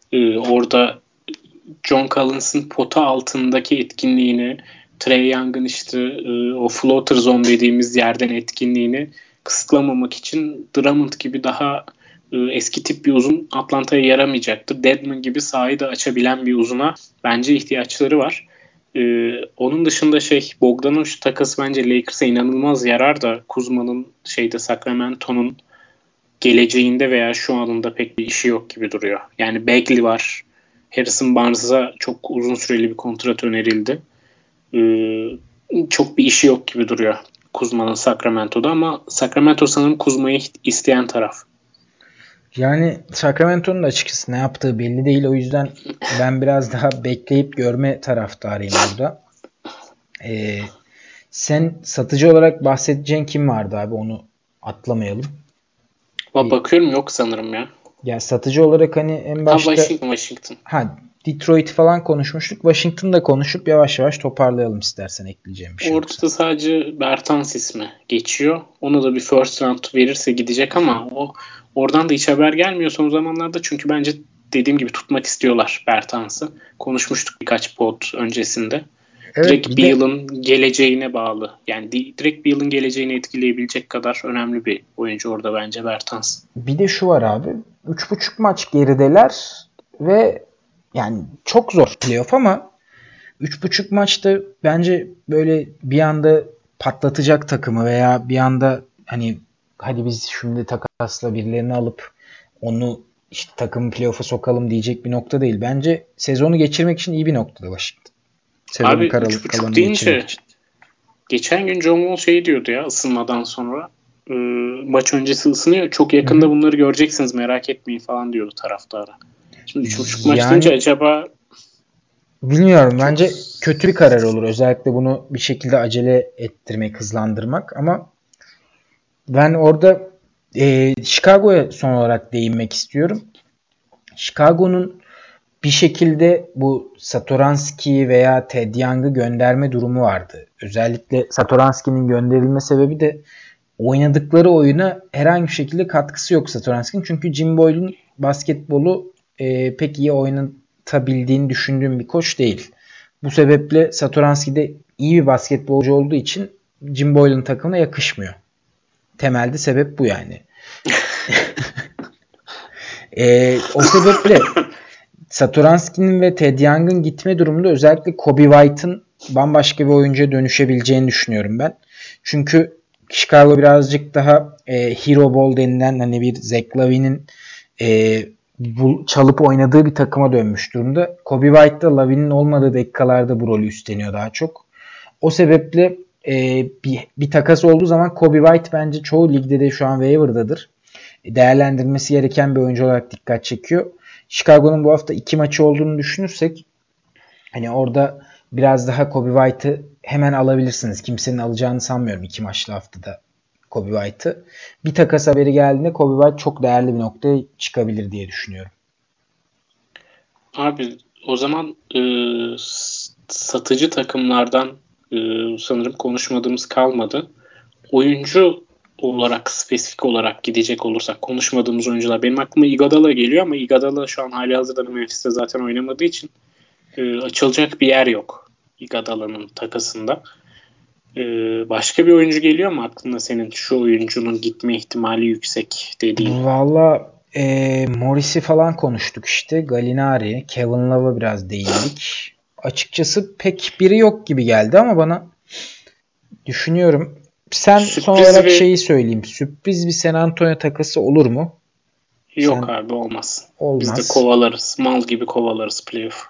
Orada John Collins'ın pota altındaki etkinliğini, Trae Young'ın işte o floater zone dediğimiz yerden etkinliğini kısıtlamamak için Drummond gibi daha eski tip bir uzun Atlanta'ya yaramayacaktır. Dedmon gibi sahayı da açabilen bir uzuna bence ihtiyaçları var. Onun dışında Bogdanovic takası bence Lakers'a inanılmaz yarar da Kuzma'nın Sacramento'nun geleceğinde veya şu anında pek bir işi yok gibi duruyor. Yani Bagley var. Harrison Barnes'a çok uzun süreli bir kontrat önerildi. Çok bir işi yok gibi duruyor Kuzma'nın Sacramento'da, ama Sacramento sanırım Kuzma'yı isteyen taraf. Yani Sacramento'nun da açıkçası ne yaptığı belli değil. O yüzden ben biraz daha bekleyip görme taraftarıyım burada. Sen satıcı olarak bahsedeceğin kim vardı abi? Onu atlamayalım. Bakıyorum, yok sanırım ya. Ya satıcı olarak hani en Ha, başta Washington. Detroit falan konuşmuştuk. Washington'da konuşup yavaş yavaş toparlayalım istersen, ekleyeceğim bir şey yoksa. Orada sadece Bertans ismi geçiyor. Ona da bir first round verirse gidecek, ama oradan da hiç haber gelmiyor son zamanlarda. Çünkü bence dediğim gibi tutmak istiyorlar Bertans'ı. Konuşmuştuk birkaç pod öncesinde. Evet, Direkt bir bir de yılın geleceğine bağlı. Yani direkt bir yılın geleceğini etkileyebilecek kadar önemli bir oyuncu orada bence Bertans. bir de şu var abi. 3,5 maç gerideler ve yani çok zor playoff ama 3,5 maçta bence böyle bir anda patlatacak takımı veya bir anda hani hadi biz şimdi takasla birilerini alıp onu işte takımı playoff'a sokalım diyecek bir nokta değil. Bence sezonu geçirmek için iyi bir noktada Washington. Sezonun Abi 3.5 kalanını geçirmek deyince için. geçen gün John Wall diyordu ya ısınmadan sonra. Maç öncesi ısınıyor. Çok Hı yakında hı. bunları göreceksiniz, merak etmeyin falan diyordu taraftara. Şimdi 3.5 maç deyince Yani acaba bilmiyorum. çok Bence kötü bir karar olur. Özellikle bunu bir şekilde acele ettirmek, hızlandırmak. Ama ben orada Chicago'ya son olarak değinmek istiyorum. Chicago'nun bir şekilde bu Satoranski veya Ted Young'ı gönderme durumu vardı. Özellikle Satoranski'nin gönderilme sebebi de oynadıkları oyuna herhangi bir şekilde katkısı yok Satoranski'nin. Çünkü Jim Boyle'un basketbolu pek iyi oynatabildiğini düşündüğüm bir koç değil. Bu sebeple Satoranski de iyi bir basketbolcu olduğu için Jim Boyle'ın takımına yakışmıyor. Temelde sebep bu yani. O sebeple Satoranski'nin ve Ted Young'ın gitme durumunda özellikle Kobe White'ın bambaşka bir oyuncuya dönüşebileceğini düşünüyorum ben. Çünkü Chicago birazcık daha hero ball denilen hani bir Zach Lavine'in çalıp oynadığı bir takıma dönmüş durumda. Kobe White da Lavine'in olmadığı dakikalarda bu rolü üstleniyor daha çok. O sebeple bir takas olduğu zaman Kobe White bence çoğu ligde de şu an waiver'dadır. Değerlendirilmesi gereken bir oyuncu olarak dikkat çekiyor. Chicago'nun bu hafta 2 maçı olduğunu düşünürsek hani orada biraz daha Kobe White'ı hemen alabilirsiniz. Kimsenin alacağını sanmıyorum 2 maçlı haftada Kobe White'ı. Bir takas haberi geldiğinde Kobe White çok değerli bir noktaya çıkabilir diye düşünüyorum. Abi o zaman satıcı takımlardan sanırım konuşmadığımız kalmadı. Oyuncu olarak spesifik olarak gidecek olursak konuşmadığımız oyuncular benim aklıma Iguodala geliyor ama Iguodala şu an halihazırda Memphis'te zaten oynamadığı için açılacak bir yer yok Iguodala'nın takasında. Başka bir oyuncu geliyor mu aklına senin şu oyuncunun gitme ihtimali yüksek dediğin? Valla Morris'i falan konuştuk işte. Gallinari, Kevin Love'a biraz değindik. Açıkçası pek biri yok gibi geldi ama bana düşünüyorum. Sen son olarak şeyi söyleyeyim. Sürpriz bir San Antonio takası olur mu? Yok abi olmaz. Olmaz. Biz de kovalarız. Mal gibi kovalarız playoff.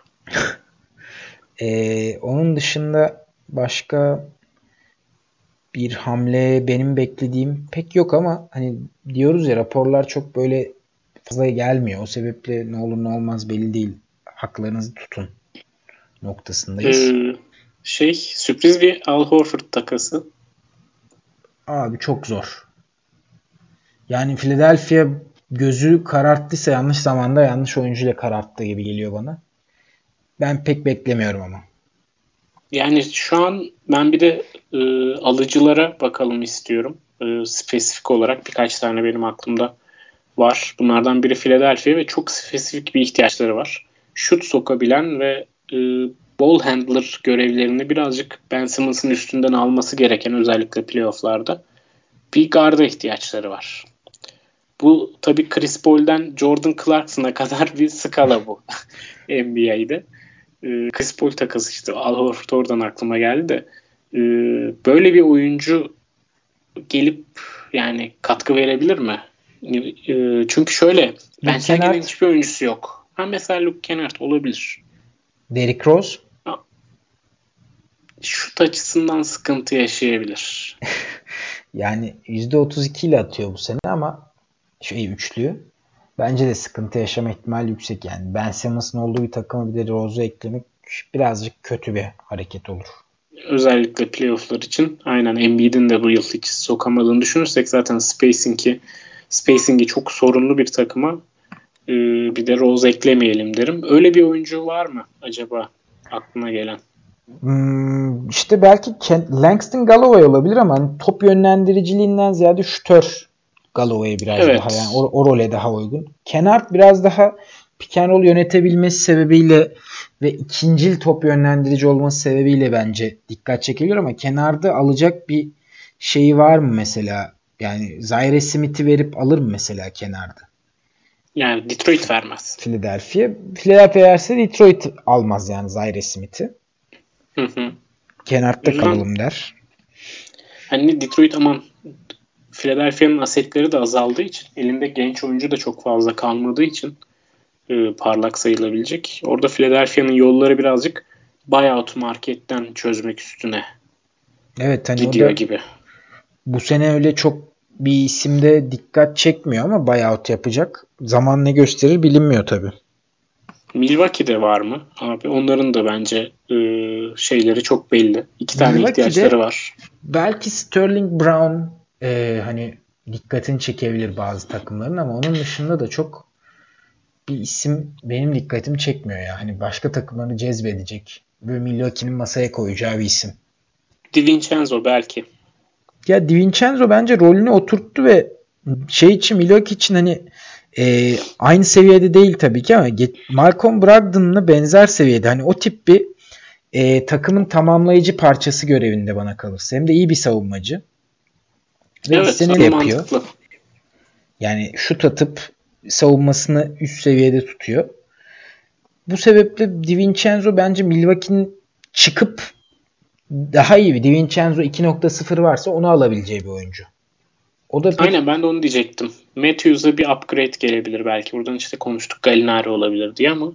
Onun dışında başka bir hamle benim beklediğim pek yok ama hani diyoruz ya raporlar çok böyle fazla gelmiyor. O sebeple ne olur ne olmaz belli değil. Haklarınızı tutun noktasındayız. Sürpriz bir Al Horford takası. Abi çok zor. Yani Philadelphia gözü kararttıysa yanlış zamanda yanlış oyuncuyla kararttı gibi geliyor bana. Ben pek beklemiyorum ama. Yani şu an ben bir de alıcılara bakalım istiyorum. Spesifik olarak birkaç tane benim aklımda var. Bunlardan biri Philadelphia ve çok spesifik bir ihtiyaçları var. Şut sokabilen ve ball handler görevlerini birazcık Ben Simmons'ın üstünden alması gereken özellikle playoff'larda bir garda ihtiyaçları var. Bu tabii Chris Paul'den Jordan Clarkson'a kadar bir skala bu NBA'de. Chris Paul takası işte Al Horford oradan aklıma geldi de böyle bir oyuncu gelip yani katkı verebilir mi? Çünkü şöyle Ben Simmons'ın hiçbir oyuncusu yok. Mesela Luke Kennard olabilir. Derrick Rose? Şut açısından sıkıntı yaşayabilir. Yani %32 ile atıyor bu sene ama üçlüyü. Bence de sıkıntı yaşama ihtimali yüksek yani. Ben Simmons'ın olduğu bir takıma bir de Rose'u eklemek birazcık kötü bir hareket olur. Özellikle playoff'lar için. Aynen Embiid'in de bu yıl hiç sokamadığını düşünürsek zaten spacing'i çok sorunlu bir takıma bir de Rose eklemeyelim derim. Öyle bir oyuncu var mı acaba aklına gelen? İşte belki Langston Galloway olabilir ama hani top yönlendiriciliğinden ziyade şütör Galloway biraz daha yani o role daha uygun. Kennard biraz daha pick and roll yönetebilmesi sebebiyle ve ikincil top yönlendirici olması sebebiyle bence dikkat çekiliyor ama Kennard'ı alacak bir şeyi var mı mesela? Yani Zaire Smith'i verip alır mı mesela Kennard'ı? Yani Detroit vermez. Philadelphia verse Detroit almaz yani Zaire Smith'i. Kennard'da kalalım der. Hani Detroit aman Philadelphia'nın asetleri de azaldığı için elinde genç oyuncu da çok fazla kalmadığı için parlak sayılabilecek. Orada Philadelphia'nın yolları birazcık buyout marketten çözmek üstüne evet, hani gidiyor o da gibi. Bu sene öyle çok bir isimde dikkat çekmiyor ama buyout yapacak. Zaman ne gösterir bilinmiyor tabii. Milwaukee'de var mı? Abi onların da bence şeyleri çok belli. İki tane ihtiyaçları var. Belki Sterling Brown hani dikkatini çekebilir bazı takımların ama onun dışında da çok bir isim benim dikkatimi çekmiyor ya. Hani başka takımları cezbedecek ve Milwaukee'nin masaya koyacağı bir isim. DiVincenzo belki. Ya DiVincenzo bence rolünü oturttu ve Milwaukee için hani aynı seviyede değil tabii ki ama Malcolm Brogdon'la benzer seviyede. Hani o tip bir takımın tamamlayıcı parçası görevinde bana kalırsa. Hem de iyi bir savunmacı. Ve Evet, istediğini yapıyor. mantıklı. Yani şut atıp savunmasını üst seviyede tutuyor. Bu sebeple DiVincenzo bence Milwaukee'nin çıkıp daha iyi bir DiVincenzo 2.0 varsa onu alabileceği bir oyuncu. O da Aynen, ben de onu diyecektim. Matthews'a bir upgrade gelebilir belki. Buradan işte konuştuk, Gallinari olabilir diye ama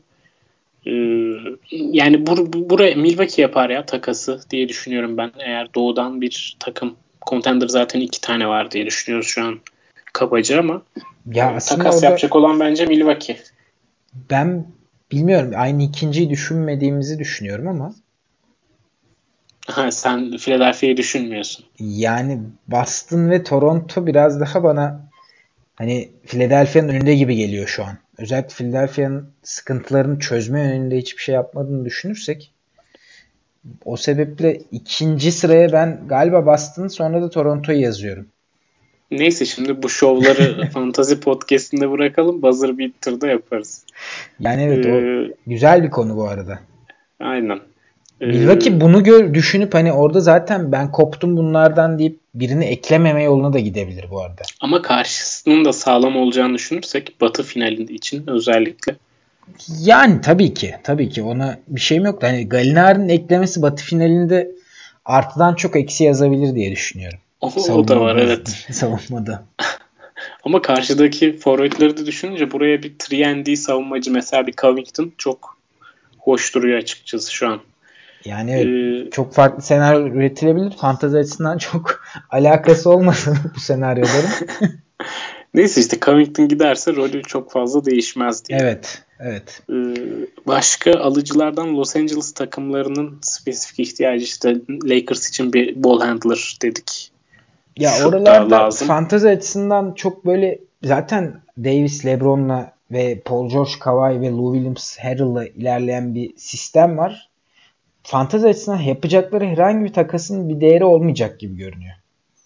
yani buraya Milwaukee yapar ya takası diye düşünüyorum ben. Eğer doğudan bir takım, contender zaten 2 tane var diye düşünüyoruz şu an kabaca ama ya aslında takas orada yapacak olan bence Milwaukee. ben bilmiyorum, aynı ikinciyi düşünmediğimizi düşünüyorum ama Ha, sen Philadelphia'yı düşünmüyorsun. yani Boston ve Toronto biraz daha bana hani Philadelphia'nın önünde gibi geliyor şu an. Özellikle Philadelphia'nın sıkıntılarını çözme yönünde hiçbir şey yapmadığını düşünürsek o sebeple ikinci sıraya ben galiba Boston sonra da Toronto'yu yazıyorum. Neyse, şimdi bu şovları Fantasy Podcast'inde bırakalım. Buzzer Beater'da yaparız. Yani evet, o Ee, güzel bir konu bu arada. aynen. Milwaukee bunu düşünüp hani orada zaten ben koptum bunlardan deyip birini eklememe yoluna da gidebilir bu arada. Ama karşısının da sağlam olacağını düşünürsek Batı finalinde için özellikle. Yani tabii ki ona bir şeyim yok da hani Gallinari'nin eklemesi Batı finalinde artıdan çok eksi yazabilir diye düşünüyorum. O da var, evet. Savunmada. Ama karşıdaki forvetleri de düşününce buraya bir 3&D savunmacı, mesela bir Covington çok hoş duruyor açıkçası şu an. Yani evet, çok farklı senaryo üretilebilir. Fantezi açısından çok alakası olmasın bu senaryoların. Neyse, işte Covington giderse rolü çok fazla değişmez diye. Evet. Başka alıcılardan Los Angeles takımlarının spesifik ihtiyacı, işte Lakers için bir ball handler dedik. Ya Şut da oralarda lazım. fantezi açısından çok böyle zaten Davis, LeBron'la ve Paul George, Kawhi ve Lou Williams, Harrell'la ilerleyen bir sistem var. Fantezi açısından yapacakları herhangi bir takasın bir değeri olmayacak gibi görünüyor.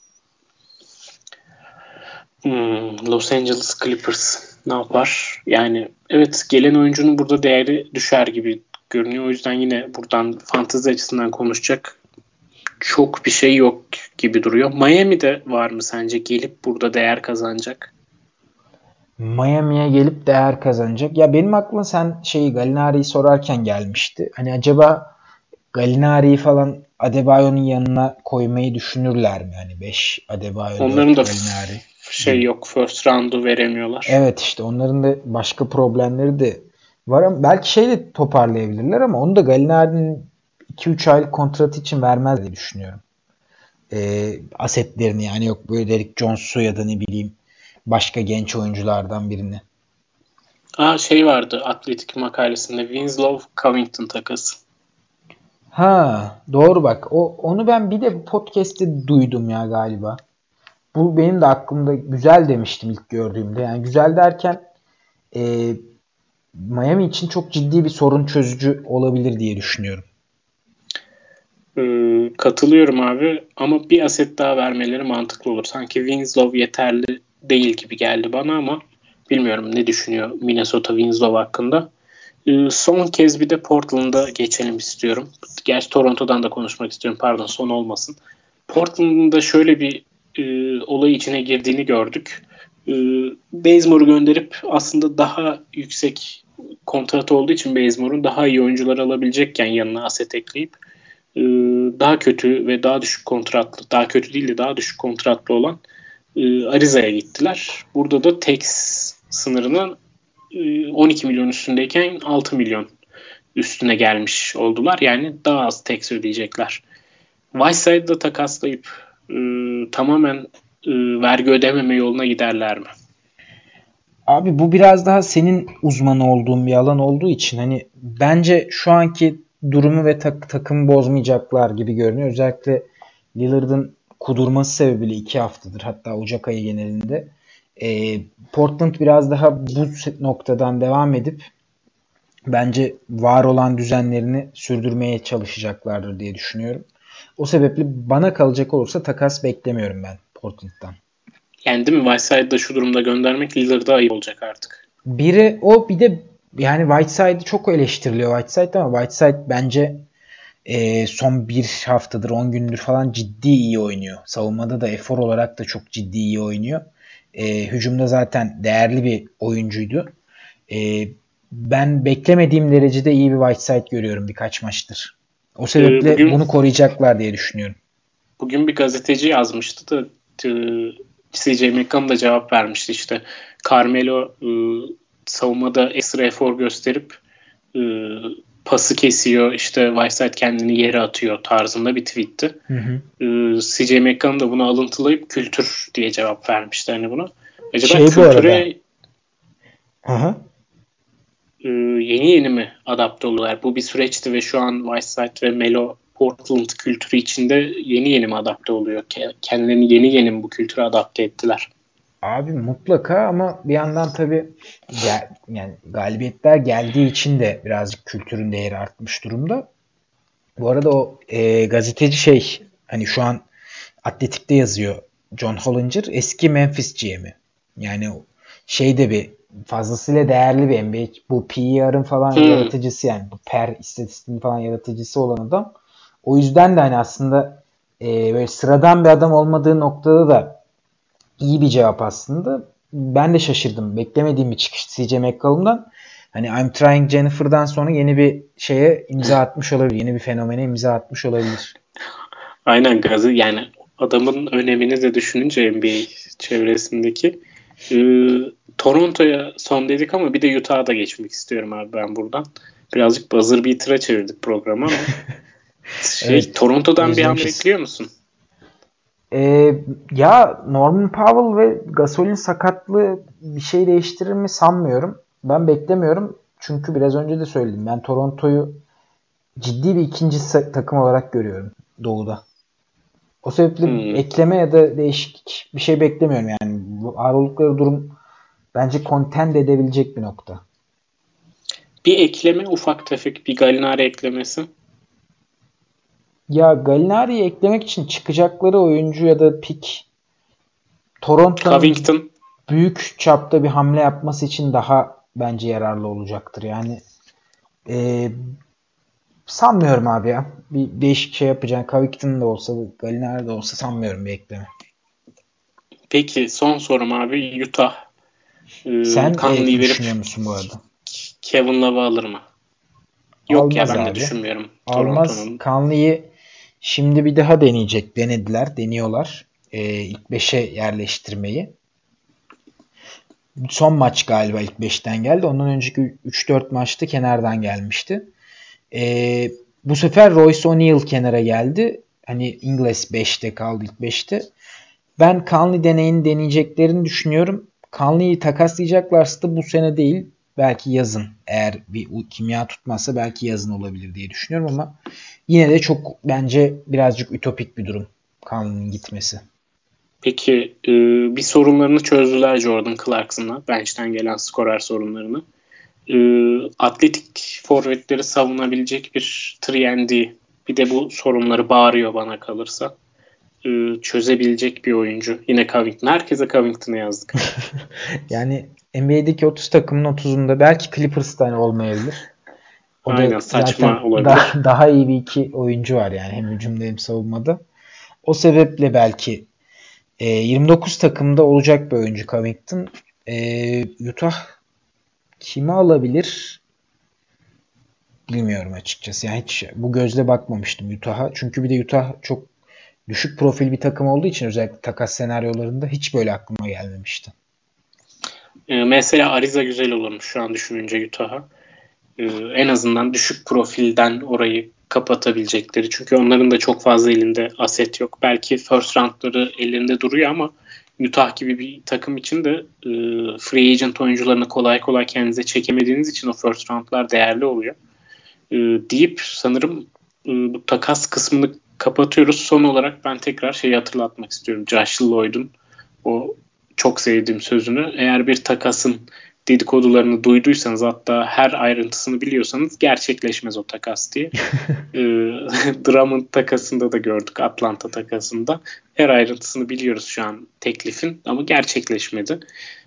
Los Angeles Clippers ne yapar? Yani evet, gelen oyuncunun burada değeri düşer gibi görünüyor. O yüzden yine buradan fantezi açısından konuşacak çok bir şey yok gibi duruyor. Miami'de var mı sence gelip burada değer kazanacak? Miami'ye gelip değer kazanacak. Ya benim aklıma sen Gallinari'yi sorarken gelmişti. Hani acaba Gallinari'yi falan Adebayo'nun yanına koymayı düşünürler mi? Hani 5 Adebayo, Onların 4 da Gallinari şey gibi. yok, first round'u veremiyorlar. Evet, işte onların da başka problemleri de var ama belki de toparlayabilirler ama onu da Gallinari'nin 2-3 aylık kontratı için vermez diye düşünüyorum. Asetlerini yani, yok böyle Derrick Jones'u ya da ne bileyim başka genç oyunculardan birini. Şey vardı Atletik makalesinde, Winslow Covington takası. Ha, doğru bak. Onu ben bir de podcast'te duydum ya galiba. Bu benim de aklımda, güzel demiştim ilk gördüğümde. Yani güzel derken e, Miami için çok ciddi bir sorun çözücü olabilir diye düşünüyorum. Katılıyorum abi, ama bir aset daha vermeleri mantıklı olur. Sanki Winslow yeterli değil gibi geldi bana ama bilmiyorum ne düşünüyor Minnesota Winslow hakkında. Son kez bir de Portland'a geçelim istiyorum. Gerçi Toronto'dan da konuşmak istiyorum, pardon, son olmasın. Portland'ın da şöyle bir olay içine girdiğini gördük. E, Bazemore'u gönderip aslında daha yüksek kontrat olduğu için Bazemore'un daha iyi oyuncular alabilecekken yanına aset ekleyip daha kötü ve daha düşük kontratlı, daha kötü değil de daha düşük kontratlı olan Ariza'ya gittiler. Burada da tax sınırının 12 milyon üstündeyken 6 milyon üstüne gelmiş oldular. Yani daha az tax ödeyecekler. Whiteside'da takaslayıp tamamen vergi ödememe yoluna giderler mi? Abi bu biraz daha senin uzmanı olduğun bir alan olduğu için hani bence şu anki durumu ve takımı bozmayacaklar gibi görünüyor. Özellikle Lillard'ın kudurması sebebiyle 2 haftadır, hatta Ocak ayı genelinde. Portland biraz daha bu noktadan devam edip bence var olan düzenlerini sürdürmeye çalışacaklardır diye düşünüyorum. O sebeple bana kalacak olursa takas beklemiyorum ben Portland'dan. Yani değil mi? Whiteside'da şu durumda göndermek Lillard'a ayıp olacak artık. Biri o, bir de yani Whiteside'ı çok eleştiriliyor Whiteside ama Whiteside bence son bir haftadır 10 gündür falan ciddi iyi oynuyor. Savunmada da efor olarak da çok ciddi iyi oynuyor. Hücumda zaten değerli bir oyuncuydu. Ben beklemediğim derecede iyi bir Whiteside görüyorum birkaç maçtır. O sebeple bunu koruyacaklar diye düşünüyorum. Bugün bir gazeteci yazmıştı da CJ McCollum da cevap vermişti işte. Carmelo savunmada ekstra efor gösterip pası kesiyor, işte Whiteside kendini yere atıyor tarzında bir tweetti. CJ McCollum da bunu alıntılayıp kültür diye cevap vermişti hani buna. Acaba kültüre yeni mi adapte oluyorlar? Bu bir süreçti ve şu an Whiteside ve Melo Portland kültürü içinde yeni mi adapte oluyor? Kendilerini yeni mi bu kültüre adapte ettiler? Abi mutlaka ama bir yandan tabii yani galibiyetler geldiği için de birazcık kültürün değeri artmış durumda. Bu arada o gazeteci hani şu an Atletik'te yazıyor, John Hollinger, eski Memphis GM'i. Yani de bir fazlasıyla değerli bir NBA. Bu PER'ın falan yaratıcısı, yani bu PER istatistiğinin falan yaratıcısı olan adam. O yüzden de hani aslında böyle sıradan bir adam olmadığı noktada da iyi bir cevap aslında. Ben de şaşırdım. Beklemediğim bir çıkış CJ McCollum'dan. Hani I'm Trying Jennifer'dan sonra yeni bir şeye imza atmış olabilir. Yeni bir fenomene imza atmış olabilir. Aynen, gazı yani adamın önemini de düşününce NBA çevresindeki Toronto'ya son dedik ama bir de Utah'a da geçmek istiyorum abi ben buradan. Birazcık buzzer beater'a çevirdik programı ama Evet, Toronto'dan bir hamle özlemişiz. bekliyor musun? Ya Norman Powell ve Gasol'ün sakatlığı bir şey değiştirir mi sanmıyorum. Ben beklemiyorum. Çünkü biraz önce de söyledim. Ben Toronto'yu ciddi bir ikinci takım olarak görüyorum Doğu'da. O sebeple ekleme ya da değişik bir şey beklemiyorum. Yani bu ayrılıkları durum bence contend edebilecek bir nokta. Bir ekleme, ufak tefek bir Gallinari eklemesi. Ya Gallinari'yi eklemek için çıkacakları oyuncu ya da pick Toronto'nun Covington. büyük çapta bir hamle yapması için daha bence yararlı olacaktır. Yani sanmıyorum abi ya. Bir değişik şey yapacağını, Covington da olsa, Gallinari de olsa sanmıyorum bir ekleme. Peki son sorum abi, Utah Sen Conley'i verip düşünüyor musun bu arada? Kevin Love'ı alır mı? Yok ya, Almaz ben de abi. düşünmüyorum Almaz. Toronto'nun. Conley'i şimdi bir daha deneyecek. Deniyorlar. İlk 5'e yerleştirmeyi. Son maç galiba ilk 5'ten geldi. Ondan önceki 3-4 maçta kenardan gelmişti. Bu sefer Royce O'Neal kenara geldi. Hani Ingles 5'te kaldı, ilk 5'te. Ben Conley deneyini deneyeceklerini düşünüyorum. Conley'i takaslayacaklarsa da bu sene değil, belki yazın. Eğer bir kimya tutmazsa belki yazın olabilir diye düşünüyorum ama yine de çok bence birazcık ütopik bir durum Conley'nin gitmesi. Peki bir sorunlarını çözdüler Jordan Clarkson'la. Bench'ten gelen skorer sorunlarını. Atletik forvetleri savunabilecek bir 3&D. Bir de bu sorunları bağırıyor bana kalırsa. Çözebilecek bir oyuncu. Yine Covington. Herkese Covington'ı yazdık. Yani NBA'deki 30 takımın 30'unda belki Clippers'tan olmayabilir. O da Aynen, zaten saçma olabilir. daha iyi bir iki oyuncu var yani hem hücumda hem savunmada. O sebeple belki 29 takımda olacak bir oyuncu Covington. Utah kimi alabilir? Bilmiyorum açıkçası. Yani hiç bu gözle bakmamıştım Utah'a. Çünkü bir de Utah çok düşük profil bir takım olduğu için özellikle takas senaryolarında hiç böyle aklıma gelmemişti. Mesela Ariza güzel olurmuş şu an düşününce Utah'a. En azından düşük profilden orayı kapatabilecekleri. Çünkü onların da çok fazla elinde aset yok. Belki first roundları elinde duruyor ama Utah gibi bir takım için de free agent oyuncularını kolay kolay kendinize çekemediğiniz için o first roundlar değerli oluyor. Deyip sanırım bu takas kısmını kapatıyoruz. Son olarak ben tekrar şeyi hatırlatmak istiyorum. Josh Lloyd'un o çok sevdiğim sözünü. Eğer bir takasın dedikodularını duyduysanız, hatta her ayrıntısını biliyorsanız, gerçekleşmez o takas diye. Drummond takasında da gördük, Atlanta takasında. Her ayrıntısını biliyoruz şu an teklifin ama gerçekleşmedi.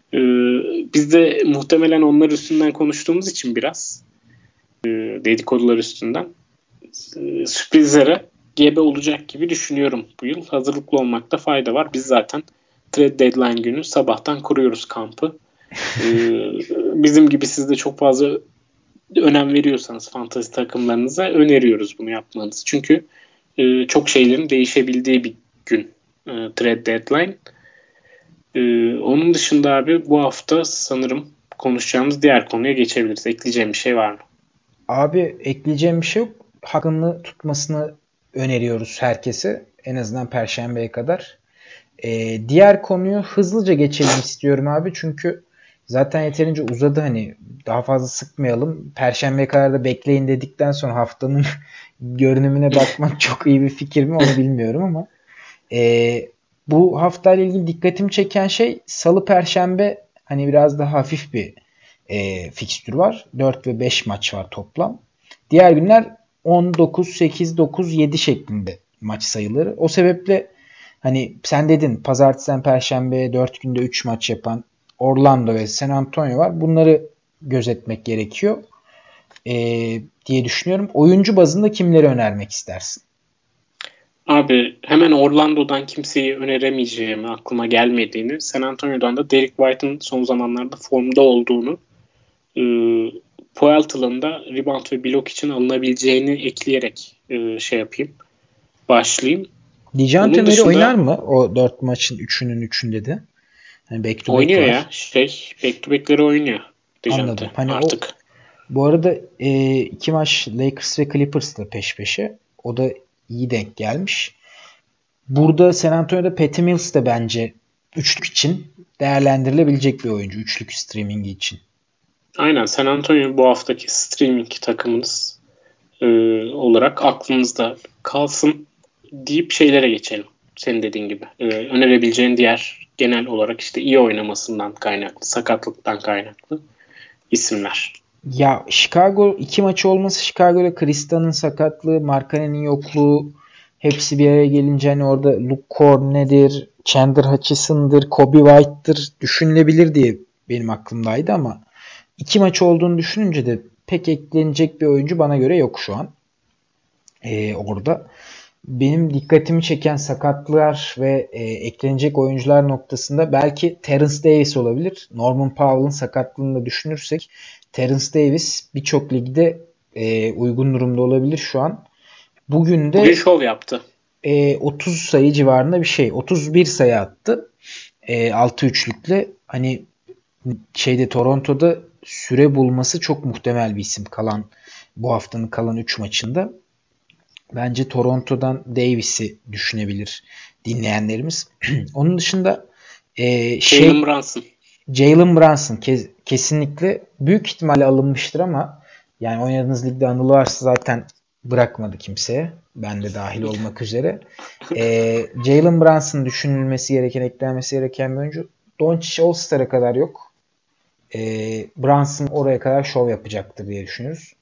Biz de muhtemelen onlar üstünden konuştuğumuz için biraz dedikodular üstünden sürprizlere gebe olacak gibi düşünüyorum bu yıl. Hazırlıklı olmakta fayda var. Biz zaten trade deadline günü sabahtan kuruyoruz kampı. Bizim gibi siz de çok fazla önem veriyorsanız fantasy takımlarınıza öneriyoruz bunu yapmanızı. Çünkü çok şeylerin değişebildiği bir gün trade deadline. Onun dışında abi bu hafta sanırım konuşacağımız diğer konuya geçebiliriz. Ekleyeceğim bir şey var mı? Abi ekleyeceğim bir şey yok. Hakkını tutmasını öneriyoruz herkese. En azından Perşembe'ye kadar. Diğer konuyu hızlıca geçelim istiyorum abi. Çünkü zaten yeterince uzadı, hani daha fazla sıkmayalım. Perşembeye kadar da bekleyin dedikten sonra haftanın görünümüne bakmak çok iyi bir fikir mi onu bilmiyorum ama bu haftayla ilgili dikkatimi çeken şey Salı Perşembe hani biraz daha hafif bir fikstür var. 4 ve 5 maç var toplam. Diğer günler 10, 9, 8, 9, 7 şeklinde maç sayıları. O sebeple hani sen dedin pazartesiden perşembeye 4 günde 3 maç yapan Orlando ve San Antonio var. Bunları gözetmek gerekiyor diye düşünüyorum. Oyuncu bazında kimleri önermek istersin? Abi hemen Orlando'dan kimseyi öneremeyeceğimi, aklıma gelmediğini, San Antonio'dan da Derek White'ın son zamanlarda formda olduğunu, Poeltl'ın da rebound ve blok için alınabileceğini ekleyerek şey yapayım, başlayayım. Dijante Onun Murray oynar dışında mı? O 4 maçın 3'ünün 3'ünde de. Hani back to back oynuyor var. ya, back to back'leri oynuyor Anladım. Dijante Hani o artık. bu arada 2 maç Lakers ve Clippers'la peş peşe. O da iyi denk gelmiş. Burada San Antonio'da Patty Mills de bence üçlük için değerlendirilebilecek bir oyuncu. Üçlük streamingi için. Aynen, San Antonio bu haftaki streaming takımınız olarak aklınızda kalsın deyip şeylere geçelim. Senin dediğin gibi. Önerebileceğin diğer genel olarak işte iyi oynamasından kaynaklı, sakatlıktan kaynaklı isimler. Ya Chicago 2 maçı olması, Chicago'da Krista'nın sakatlığı, Markkanen'in yokluğu hepsi bir araya gelince hani orada Luke Cornet'dir, Chandler Hutchison'dır, Kobe White'dır düşünülebilir diye benim aklımdaydı ama 2 maç olduğunu düşününce de pek eklenecek bir oyuncu bana göre yok şu an orada. Benim dikkatimi çeken sakatlıklar ve eklenecek oyuncular noktasında belki Terence Davis olabilir. Norman Powell'ın sakatlığını da düşünürsek Terence Davis birçok ligde uygun durumda olabilir şu an. Bugün Bugün de şov yaptı. 30 sayı civarında bir şey. 31 sayı attı. 6 üçlükle. Hani Toronto'da süre bulması çok muhtemel bir isim bu haftanın kalan 3 maçında. Bence Toronto'dan Davis'i düşünebilir dinleyenlerimiz. Onun dışında Jalen Brunson. Jalen Brunson kesinlikle büyük ihtimalle alınmıştır ama yani oynadığınız ligde anılı varsa zaten bırakmadı kimseye. Ben de dahil olmak üzere. Jalen Brunson düşünülmesi gereken, eklenmesi gereken bir oyuncu. Doncic All-Star'a kadar yok. Brunson oraya kadar şov yapacaktır diye düşünüyoruz.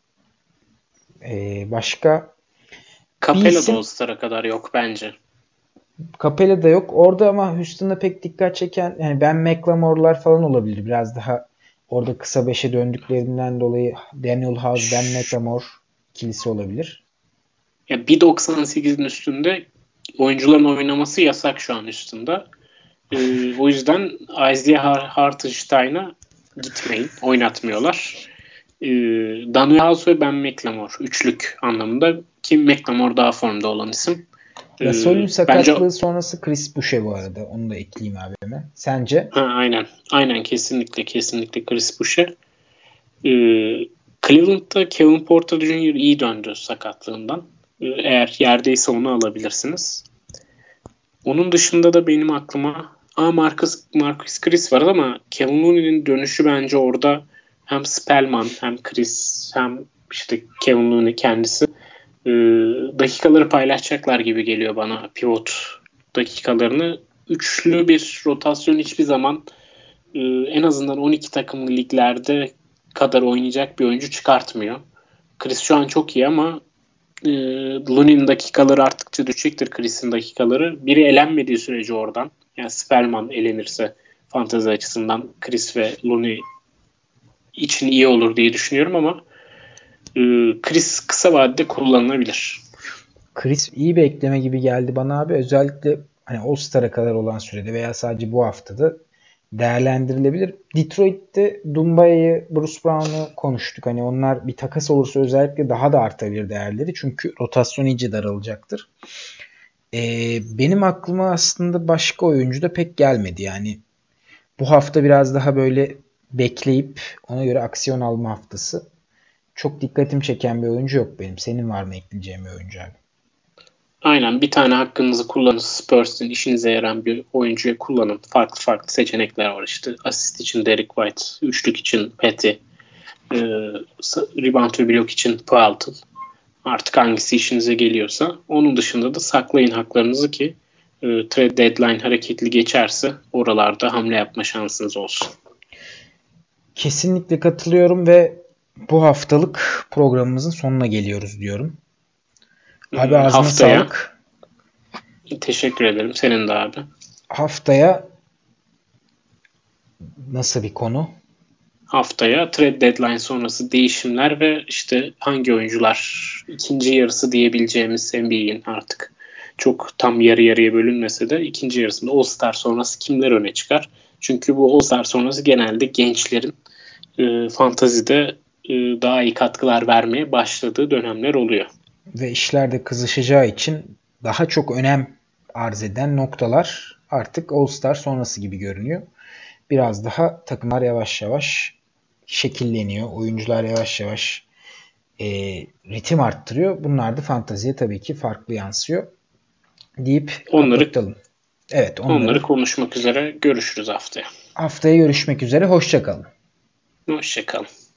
Başka bir Capela da isim All-Star'a kadar yok bence. Capela da yok. Orada ama Houston'da pek dikkat çeken yani Ben McLemore'lar falan olabilir. Biraz daha orada kısa beşe döndüklerinden dolayı Daniel House, Ben McLemore ikilisi olabilir. Ya 1.98'in üstünde oyuncuların oynaması yasak şu an üstünde. O yüzden Isaiah Hartenstein'a gitmeyin. Oynatmıyorlar. Daniel House ve Ben McLemore. Üçlük anlamında. Ki McLemore daha formda olan isim. Gasol'ün Bence sakatlığı sonrası Chris Boucher bu arada. Onu da ekleyeyim abime. Sence? aynen. Aynen, kesinlikle Chris Boucher. Cleveland'da Kevin Porter Jr. iyi döndü sakatlığından. Eğer yerdeyse onu alabilirsiniz. Onun dışında da benim aklıma Marcus Chris var ama Kevin Looney'nin dönüşü bence orada hem Spellman hem Chris hem işte Kevin Looney kendisi dakikaları paylaşacaklar gibi geliyor bana, pivot dakikalarını. Üçlü bir rotasyon hiçbir zaman en azından 12 takımlı liglerde kadar oynayacak bir oyuncu çıkartmıyor. Chris şu an çok iyi ama Looney'nin dakikaları arttıkça düşecektir Chris'in dakikaları. Biri elenmediği sürece oradan, yani Spellman elenirse fantezi açısından Chris ve Looney için iyi olur diye düşünüyorum ama Chris kısa vadede kullanılabilir. Chris iyi bir ekleme gibi geldi bana abi. Özellikle hani All-Star'a kadar olan sürede veya sadece bu haftada değerlendirilebilir. Detroit'te Doumba'yı, Bruce Brown'u konuştuk. Hani onlar bir takas olursa özellikle daha da artabilir değerleri. Çünkü rotasyon iyice daralacaktır. Benim aklıma aslında başka oyuncu da pek gelmedi. Yani bu hafta biraz daha böyle bekleyip ona göre aksiyon alma haftası. Çok dikkatimi çeken bir oyuncu yok benim. Senin var mı ekleyeceğin bir oyuncu abi? Aynen, bir tane hakkınızı kullanın. Spurs'ın işinize yarayan bir oyuncuyu kullanın. Farklı farklı seçenekler var işte. Asist için Derek White, üçlük için Petty, rebound ve blok için Pueltel. Artık hangisi işinize geliyorsa. Onun dışında da saklayın haklarınızı ki trade deadline hareketli geçerse oralarda hamle yapma şansınız olsun. Kesinlikle katılıyorum ve bu haftalık programımızın sonuna geliyoruz diyorum. Abi ağzına Haftaya sağlık. teşekkür ederim. Senin de abi. Haftaya nasıl bir konu? Haftaya trade deadline sonrası değişimler ve işte hangi oyuncular ikinci yarısı diyebileceğimiz NBA'in artık çok tam yarı yarıya bölünmese de ikinci yarısında All-Star sonrası kimler öne çıkar? Çünkü bu All-Star sonrası genelde gençlerin fantazide daha iyi katkılar vermeye başladığı dönemler oluyor. Ve işler de kızışacağı için daha çok önem arz eden noktalar artık All-Star sonrası gibi görünüyor. Biraz daha takımlar yavaş yavaş şekilleniyor. Oyuncular yavaş yavaş ritim arttırıyor. Bunlar da fanteziye tabii ki farklı yansıyor deyip Onları kapatalım. Evet, onları konuşmak üzere görüşürüz haftaya. haftaya görüşmek üzere. Hoşça kalın. Hoşçakalın.